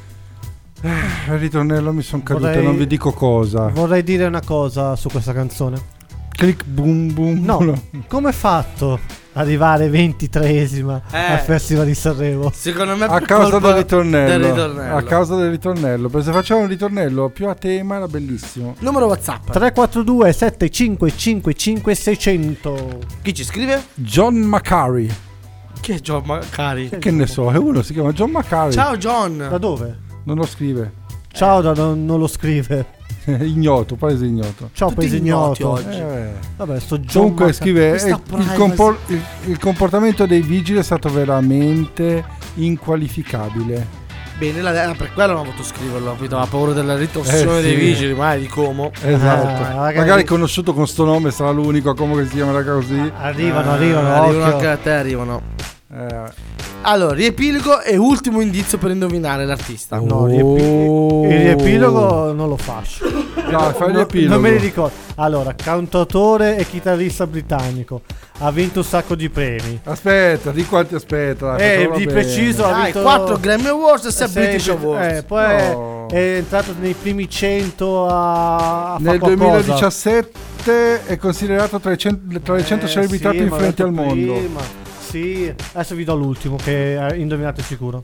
Eh, il ritornello mi sono caduto, Vorrei- non vi dico cosa. Vorrei dire una cosa su questa canzone. Click boom boom. No, come è fatto arrivare ventitreesima Eh. al Festival di Sanremo? Secondo me A per causa colpa del ritornello, del ritornello. a causa del ritornello, perché se facevano un ritornello più a tema era bellissimo. Numero WhatsApp. tre quattro due sette cinque cinque cinque sei zero zero. Chi ci scrive? John Macari. Che è John Macari? Che ne so, è uno si chiama John Macari. Ciao John. Da dove? Non lo scrive. Ciao, da non, non lo scrive. Ignoto, paese ignoto. Ciao, Tutti paese ignoti ignoto. oggi. Eh, Vabbè, sto John Comunque Maca- scrive Questa eh, il, privacy. compor- il- il comportamento dei vigili è stato veramente inqualificabile. Bene, la, per quello non ho voluto scriverlo, capito? Ha paura della ritorsione Eh, dei sì. vigili, magari di Como. Esatto. Ah, magari- magari conosciuto con sto nome sarà l'unico, come che si chiamerà così. Arrivano, Eh, arrivano, arrivano occhio. anche a te, arrivano. Eh, Allora, riepilogo e ultimo indizio per indovinare l'artista. No, riepi- Oh. il riepilogo non lo faccio. Dai, fai il No, riepilogo. non me li ricordo. Allora, cantautore e chitarrista britannico. Ha vinto un sacco di premi. Aspetta, di quanti aspetta. dai, Eh, facciamolo di bene. preciso ha Dai, vinto quattro Grammy Awards e sei sei British Awards. Eh, poi No. è, è entrato nei primi cento a, a Nel far qualcosa. duemiladiciassette è considerato tra, i cent- tra le cento Eh, celebrità sì, più ma influenti l'ho al detto mondo. prima. Sì, adesso vi do l'ultimo che eh, indovinate sicuro.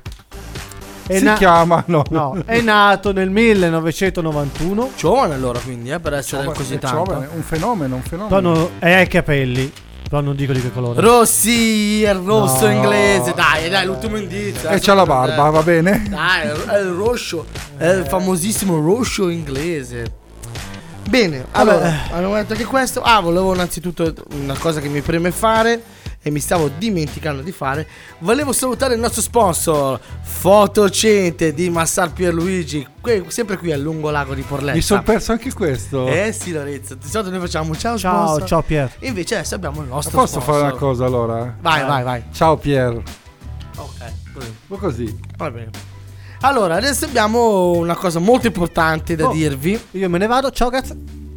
È Si na- chiama no. No, è nato nel millenovecentonovantuno. Giovane allora, quindi, eh, per essere Giovane, così è tanto. giovane, un fenomeno, un Però fenomeno. non- e ha i capelli. Però non dico di che colore. Rossi, è il rosso No. inglese. Dai, dai, l'ultimo indizio. E c'ha la barba, va bene? Dai, è il rosso. È il famosissimo rosso inglese. Bene, allora, abbiamo detto che questo. Ah, volevo innanzitutto una cosa che mi preme fare e mi stavo dimenticando di fare. Volevo salutare il nostro sponsor Fotocente di Massar Pierluigi, que- sempre qui al lungo lago di Porlezza. Mi sono perso anche questo. Eh sì, Lorenzo, di solito noi facciamo ciao Ciao, sponsor. ciao Pier. Invece adesso abbiamo il nostro Posso sponsor. fare una cosa allora? Vai, Ah. vai, vai. Ciao Pier. Ok, così. O così. Va bene. Allora, adesso abbiamo una cosa molto importante da Oh, dirvi. Io me ne vado, ciao ragazzi.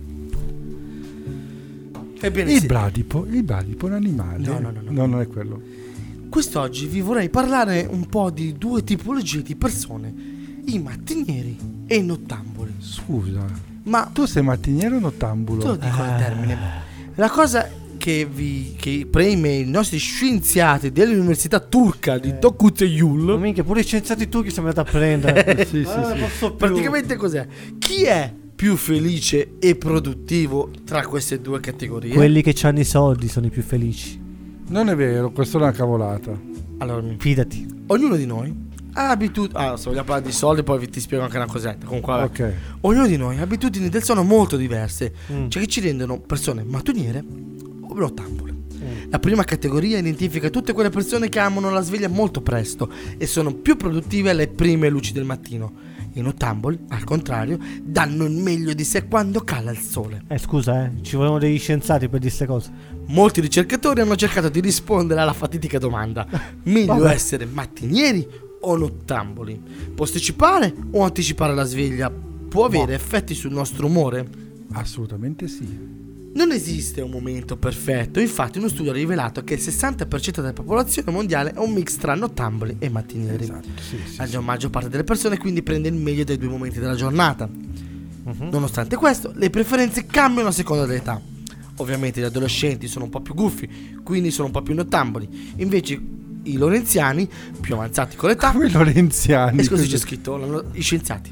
Ebbene Il sì. bradipo, il bradipo è un animale. No, no, no, no. No, non è quello. Quest'oggi vi vorrei parlare un po' di due tipologie di persone: i mattinieri e i nottamboli. Scusa, ma tu sei mattiniero o nottambulo? te lo dico al termine. La cosa che vi che preme i nostri scienziati dell'università turca di Dokuteyul. Ma minchia, pure i scienziati turchi sono andati a prendere. Sì, sì, Ah, sì. posso più. Praticamente cos'è? Chi è più felice e produttivo tra queste due categorie? Quelli che hanno i soldi sono i più felici. Non è vero, questa è una cavolata. Allora, Fidati. ognuno di noi ha abitudini. Ah, se vogliamo parlare di soldi, poi vi ti spiego anche una cosetta. Comunque, vabbè. Ok. Ognuno di noi ha abitudini del sonno molto diverse, Mm. cioè che ci rendono persone mattiniere o nottambole. Mm. La prima categoria identifica tutte quelle persone che amano la sveglia molto presto e sono più produttive alle prime luci del mattino. I nottamboli, al contrario, danno il meglio di sé quando cala il sole. Eh scusa, eh, ci volevano degli scienziati per dire queste cose. Molti ricercatori hanno cercato di rispondere alla fatidica domanda: meglio Vabbè. essere mattinieri o nottamboli? Posticipare o anticipare la sveglia può avere effetti sul nostro umore? Assolutamente sì. Non esiste un momento perfetto, infatti uno studio ha rivelato che il sessanta per cento della popolazione mondiale è un mix tra nottamboli e mattinieri. Esatto, sì, sì, La sì. maggior parte delle persone quindi prende il meglio dei due momenti della giornata. Mhm. Nonostante questo, le preferenze cambiano a seconda dell'età. Ovviamente gli adolescenti sono un po' più guffi, quindi sono un po' più nottamboli. Invece i lorenziani, più avanzati con l'età, Come i lorenziani. e così c'è scritto, la- i scienziati,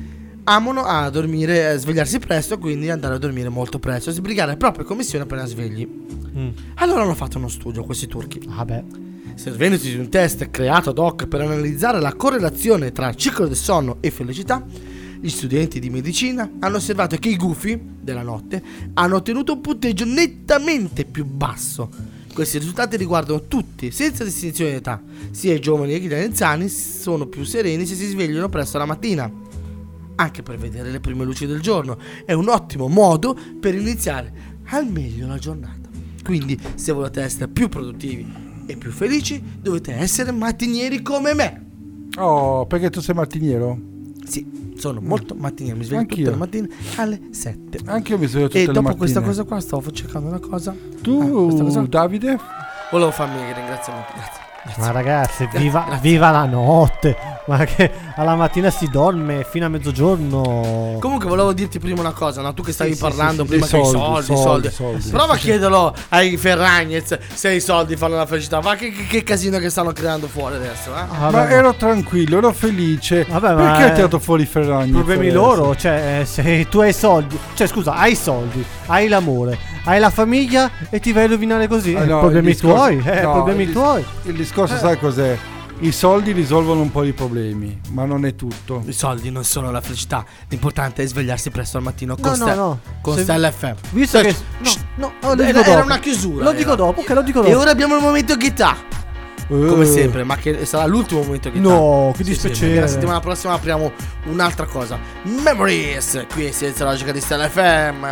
amano a dormire, a svegliarsi presto, quindi andare a dormire molto presto e sbrigare le proprie commissioni appena svegli. Mm. Allora hanno fatto uno studio questi turchi, Vabbè. servendosi di un test creato ad hoc per analizzare la correlazione tra il ciclo del sonno e felicità. Gli studenti di medicina hanno osservato che i gufi della notte hanno ottenuto un punteggio nettamente più basso. Questi risultati riguardano tutti, senza distinzione di età. Sia i giovani che gli anziani sono più sereni se si svegliano presto la mattina, anche per vedere le prime luci del giorno. È un ottimo modo per iniziare al meglio la giornata. Quindi, se volete essere più produttivi e più felici, dovete essere mattinieri come me. Oh, perché tu sei mattiniero? Sì, sono molto mattiniero, mi sveglio Anch'io. tutte le mattine alle sette. Anche io mi sveglio tutte E le dopo mattine. questa cosa qua stavo cercando una cosa. Tu, Ah, questa cosa? Davide? Volevo farmi i ringraziamenti, grazie. Grazie. Ma ragazzi, viva, Grazie. viva la notte. Ma che alla mattina si dorme fino a mezzogiorno. Comunque volevo dirti prima una cosa, no? Tu che stavi Sì, sì, parlando sì, prima sì. che i Soldi, soldi, soldi, soldi, soldi. Prova a chiederlo ai Ferragnez se i soldi fanno la felicità. Ma che, che, che casino che stanno creando fuori adesso, eh? Ah, Ma vabbè, ero tranquillo, ero felice. Vabbè, ma perché hai è- tirato fuori Ferragni? problemi loro, cioè eh, se tu hai soldi, cioè scusa, hai soldi, hai l'amore, hai la famiglia e ti vai a rovinare così. Eh, problemi tuoi, eh, problemi il, dis- tuoi. Il discorso, sai cos'è? I soldi risolvono un po' di problemi, ma non è tutto. I soldi non sono la felicità, l'importante è svegliarsi presto al mattino No, con, no, Ste- no. con Se- Stella F M. Visto che Shh, no, shh. no, no, lo Era- dico era dopo. una chiusura, Lo dico era. dopo, ok, lo dico E dopo. ora abbiamo il momento ghitarra. Come sempre, ma che sarà l'ultimo momento che No, che Sì, dispiacere. sì, la settimana prossima apriamo un'altra cosa. Memories, qui è Senza Logica di Stella F M.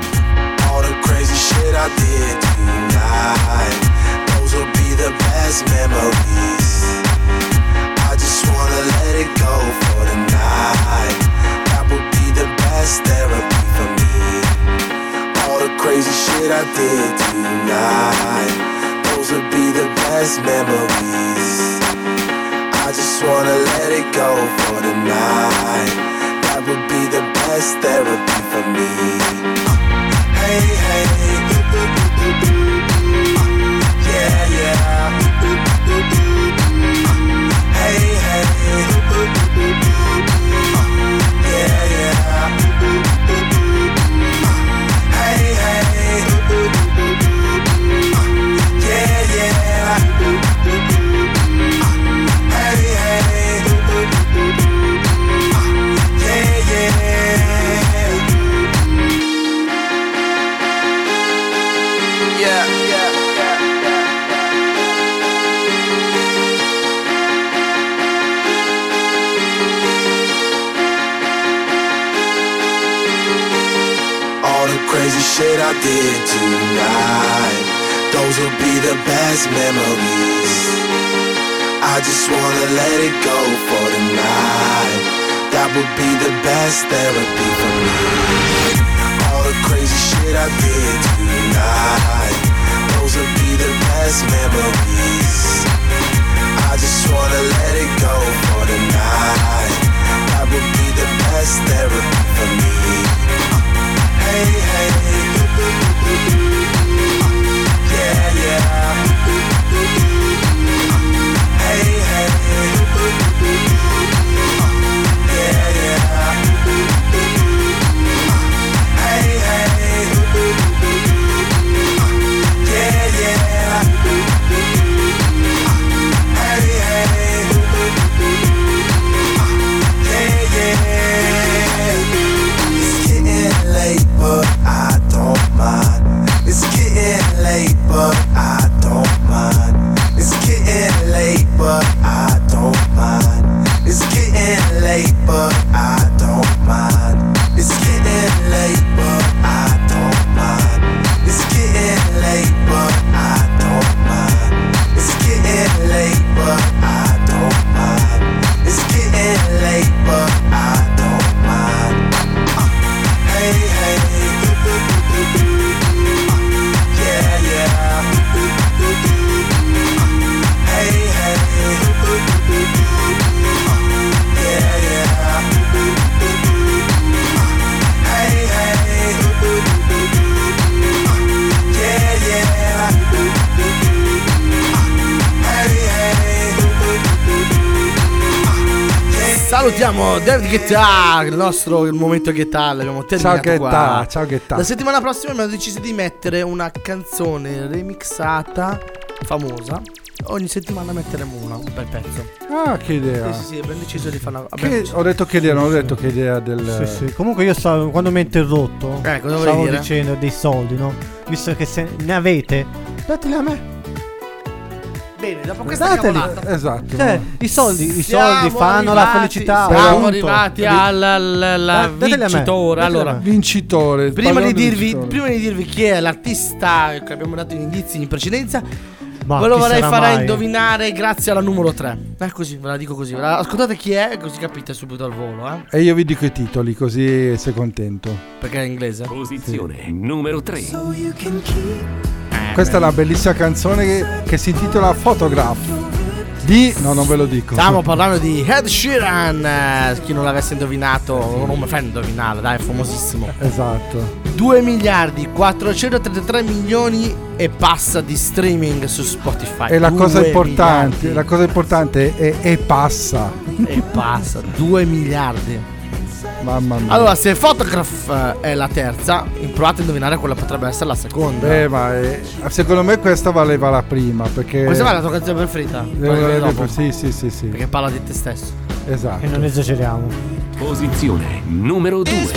All the crazy shit I did tonight, those will be the best memories. I just wanna let it go for the night. That would be the best therapy for me. All the crazy shit I did tonight, those will be the best memories. I just wanna let it go for the night. That would be the best therapy for me. Hey, hey, yeah, yeah. Hey, hey, yeah, yeah. Hey, hey, yeah, yeah. Hey, hey, yeah, yeah. Yeah, yeah, yeah, yeah. All the crazy shit I did tonight, those will be the best memories. I just wanna let it go for the night. That would be the best therapy for me. All the crazy shit I did tonight, those would be the best memories. I just wanna let it go for the night. That would be the best therapy for me. Hey, hey, yeah, yeah. Hey, hey, yeah, yeah. Hey, hey, yeah, yeah. Hey, hey, yeah, yeah. It's getting late, but I don't mind. It's getting late, but I don't mind. It's getting late, but I don't mind. It's getting late, but I don't mind. It's getting late, but I don't mind. It's getting late, but I don't mind. It's getting late, but I don't mind. It's getting late, but I don't mind. Uh, hey, hey, yeah, yeah. Hey, hey, yeah, yeah. Hey, hey, yeah, yeah. Salutiamo David Guetta, il nostro il momento Guetta, l'abbiamo terminato. Ciao qua. Guetta, ciao Guetta. La settimana prossima abbiamo deciso di mettere una canzone remixata famosa. Ogni settimana metteremo una, un bel pezzo. Ah, che idea. Sì, sì, sì, abbiamo deciso di fare una. Che, ho detto che idea, non ho detto che idea del. Sì, sì. Comunque io stavo, quando mi ha interrotto, eh, cosa stavo vuoi dire? dicendo dei soldi, no? Visto che se ne avete, dateli a me. Bene, dopo questa Dateli. cavolata. Esatto. Cioè, i soldi, i Siamo soldi fanno la arrivati- felicità. Siamo punto. arrivati alla alla- alla Da- dateli a me. vincitore. Dateli a Allora, me. Vincitore. prima parliamo di, dirvi, vincitore. prima di dirvi chi è l'artista che abbiamo dato in indizi in precedenza, Ma ve lo chi vorrei sarà fare mai? indovinare grazie alla numero tre. È così, ve la dico così. Ve la- Ascoltate chi è, così capite subito al volo, eh? E io vi dico i titoli, così sei contento. Perché è inglese. Posizione numero tre. Questa è una bellissima canzone che, che si intitola Photograph. Di. No, non ve lo dico. Stiamo parlando di Ed Sheeran. eh, Chi non l'avesse indovinato, non mi fa indovinare, dai, è famosissimo. Esatto. due miliardi quattrocentotrentatré milioni e passa di streaming su Spotify. E la cosa due importante, miliardi. la cosa importante è, è passa. E passa, due miliardi. Mamma mia. Allora, se Photograph eh, è la terza, provate a indovinare quella potrebbe essere la seconda. Beh, ma eh, secondo me questa valeva la prima, perché Questa è la tua canzone preferita? Eh, Quella che viene dopo. eh, sì, sì, sì, sì. Perché parla di te stesso. Esatto. E non esageriamo. Posizione numero due.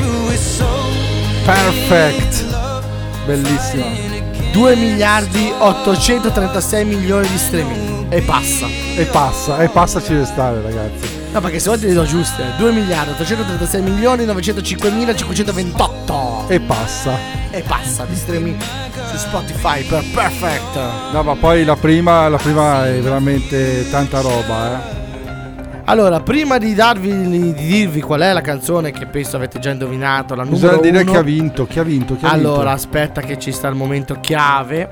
Perfect. Bellissima. due miliardi ottocentotrentasei milioni di streaming. E passa. E passa, e passa ci deve stare, ragazzi. No, perché se vuoi te le do giuste. due miliardi ottocentotrentasei milioni novecentocinquemilacinquecentoventotto. E passa. E passa di streaming su Spotify per Perfect. No, ma poi la prima, la prima è veramente tanta roba, eh. Allora, prima di darvi di dirvi qual è la canzone che penso avete già indovinato, la numero Bisogna dire uno. chi ha vinto, chi ha vinto, chi ha Allora, vinto. aspetta che ci sta il momento chiave.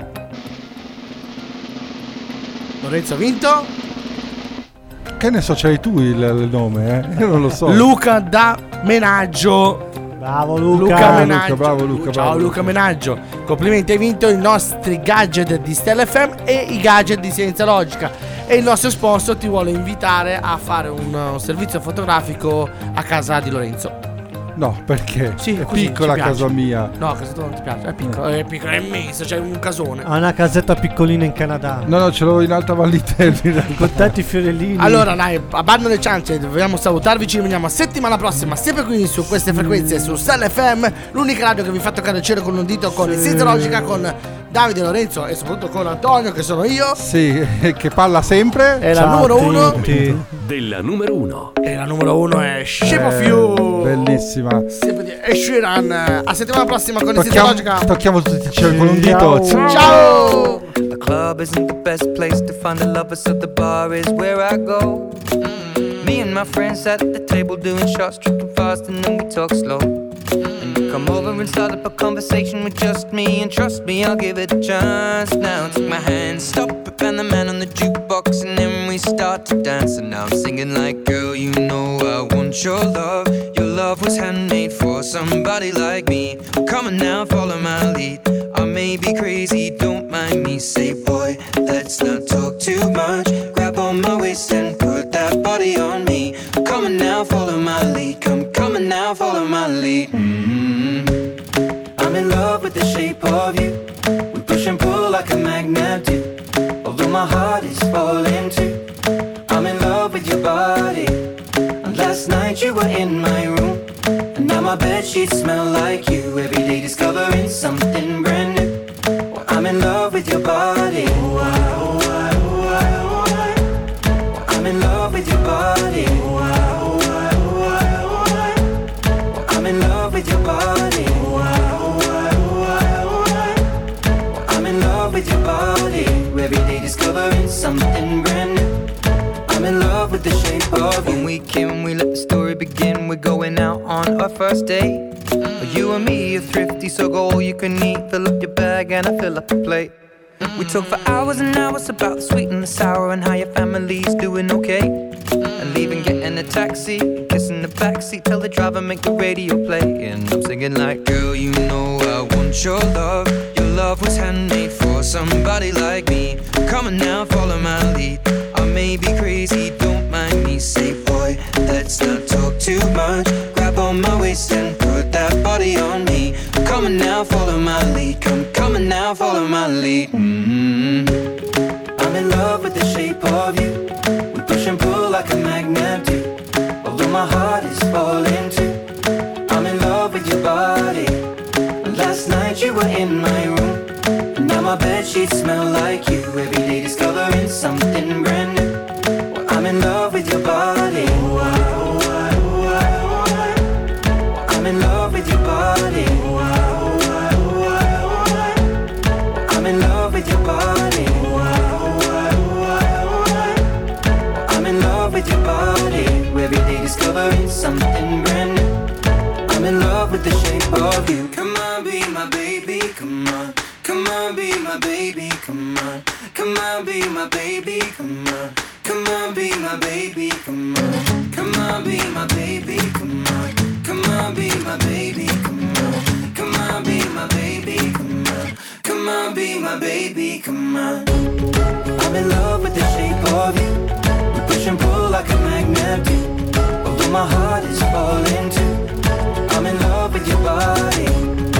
Lorenzo ha vinto. Che ne so, c'hai tu il, il nome, eh? Io non lo so. Luca da Menaggio. Bravo Luca. Luca Bravo, Menaggio. Luca, bravo, Luca, Ciao bravo, Luca Luca. Menaggio. Complimenti, hai vinto i nostri gadget di Stella F M e i gadget di Senza Logica. E il nostro sponsor ti vuole invitare a fare un, un servizio fotografico a casa di Lorenzo. No, perché? Sì, è così, piccola ci piace. casa mia. No, casa tua non ti piace, è piccolo, è piccolo, è immenso, c'è un casone. Ha una casetta piccolina in Canada. No, no, ce l'ho in Alta Val di Terni. Con tanti fiorellini. Allora, dai, abbandona le ciance, dobbiamo salutarvi, ci vediamo settimana prossima, sempre qui su queste frequenze, su Stella F M, l'unica radio che vi fa toccare il cielo con un dito, con il Senza Logica, con Davide, Lorenzo e soprattutto con Antonio, che sono io. Sì, che parla sempre. E la numero uno. Della numero uno. E la numero uno è Shape of Eh, You. Bellissima. Sempre di Ed Sheeran. A settimana prossima con il Senza Tocchiamo, Logica. tocchiamo tutti i cieli con un dito. Ciao. The club isn't the best place to find a lover, so the bar is where I go. Mm. Me and my friends sat at the table doing shots, tripping fast, and then we talk slow. And you come over and start up a conversation with just me, and trust me, I'll give it a chance. Now take my hand, stop it, and the man on the jukebox, and then we start to dance. And now I'm singing like, girl, you know I want your love. Your love was handmade for somebody like me. Come on now, follow my lead. I may be crazy, don't mind me. Say, boy, let's not talk too much. Grab on my waist and put that body on me. Come on now, follow my lead. Come, come on now, follow my lead. Mm-hmm. I'm in love with the shape of you. We push and pull like a magnet do. Although my heart is falling too. I'm in love with your body. And last night you were in my room. And now my bedsheets smell like you. Every day discovering something brand new. Well, I'm in love with your body. Oh, I, oh, I, oh, I, oh, I. Well, I'm in love with your body. Oh, I, oh, I, oh, I, oh, I. Well, I'm in love with your body. Oh, I, oh, I, oh, I, oh, I. Well, I'm in love with your body. Every day discovering something brand new. I'm in love with the shape of you. When we came, we let the story begin. We're going out on our first date. You and me are thrifty, so go all you can eat. Fill up your bag and I fill up the plate. We talk for hours and hours about the sweet and the sour and how your family's doing okay. And leaving, getting a taxi, kissing the backseat, tell the driver make the radio play. And I'm singing like, girl, you know I want your love. Your love was handmade for somebody like me. Come on now, follow my lead. I may be crazy, don't mind me. Say, boy, let's not talk too much. Grab on my waist and put that body on me. Come on now, follow my lead. Come, come on now, follow my lead. Mm-hmm. I'm in love with the shape of you. We push and pull like a magnet do. Although my heart is falling too. I'm in love with your body. And last night you were in my room. And now my bedsheets smell like you. Every day discovering something brand new. Well, I'm in love with your body. Oh, I, oh, I, oh, I, oh, I. Well, I'm in love with your body. Oh, I, oh, I, oh, I, oh, I. Well, I'm in love with your body. Oh, I, oh, I, oh, I, oh, I. Well, I'm in love with your body. Every day discovering something brand new. I'm in love with the shape of you. Come on, be my baby, come on. Come on, be my baby, come on. Come on, be my baby, come on. Come on, be my baby, come on. Come on, be my baby, come on. Come on, be my baby, come on. Come on, be my baby, come on. Come on, be my baby, come on. I'm in love with the shape of you. We push and pull like a magnet do. Although my heart is falling too. I'm in love with your body.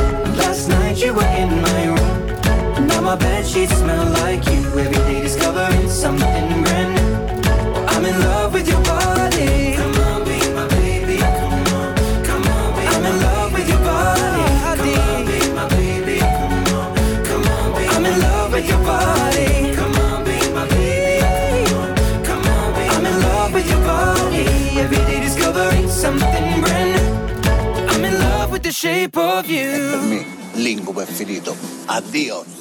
Last night you were in my room. Now my bedsheets smell like you. Every day discovering something brand new. Well, I'm in love with your body. Come on, be my baby. Come on, come on, be I'm in love with your body. Come on, be my baby. Come on, come on, be I'm in love with your body. Come on, be my baby. Come on, come on, be I'm in love with your body. Every day discovering something brand new. I'm in love with the shape of you. Per me, l'incubo è finito. Addio.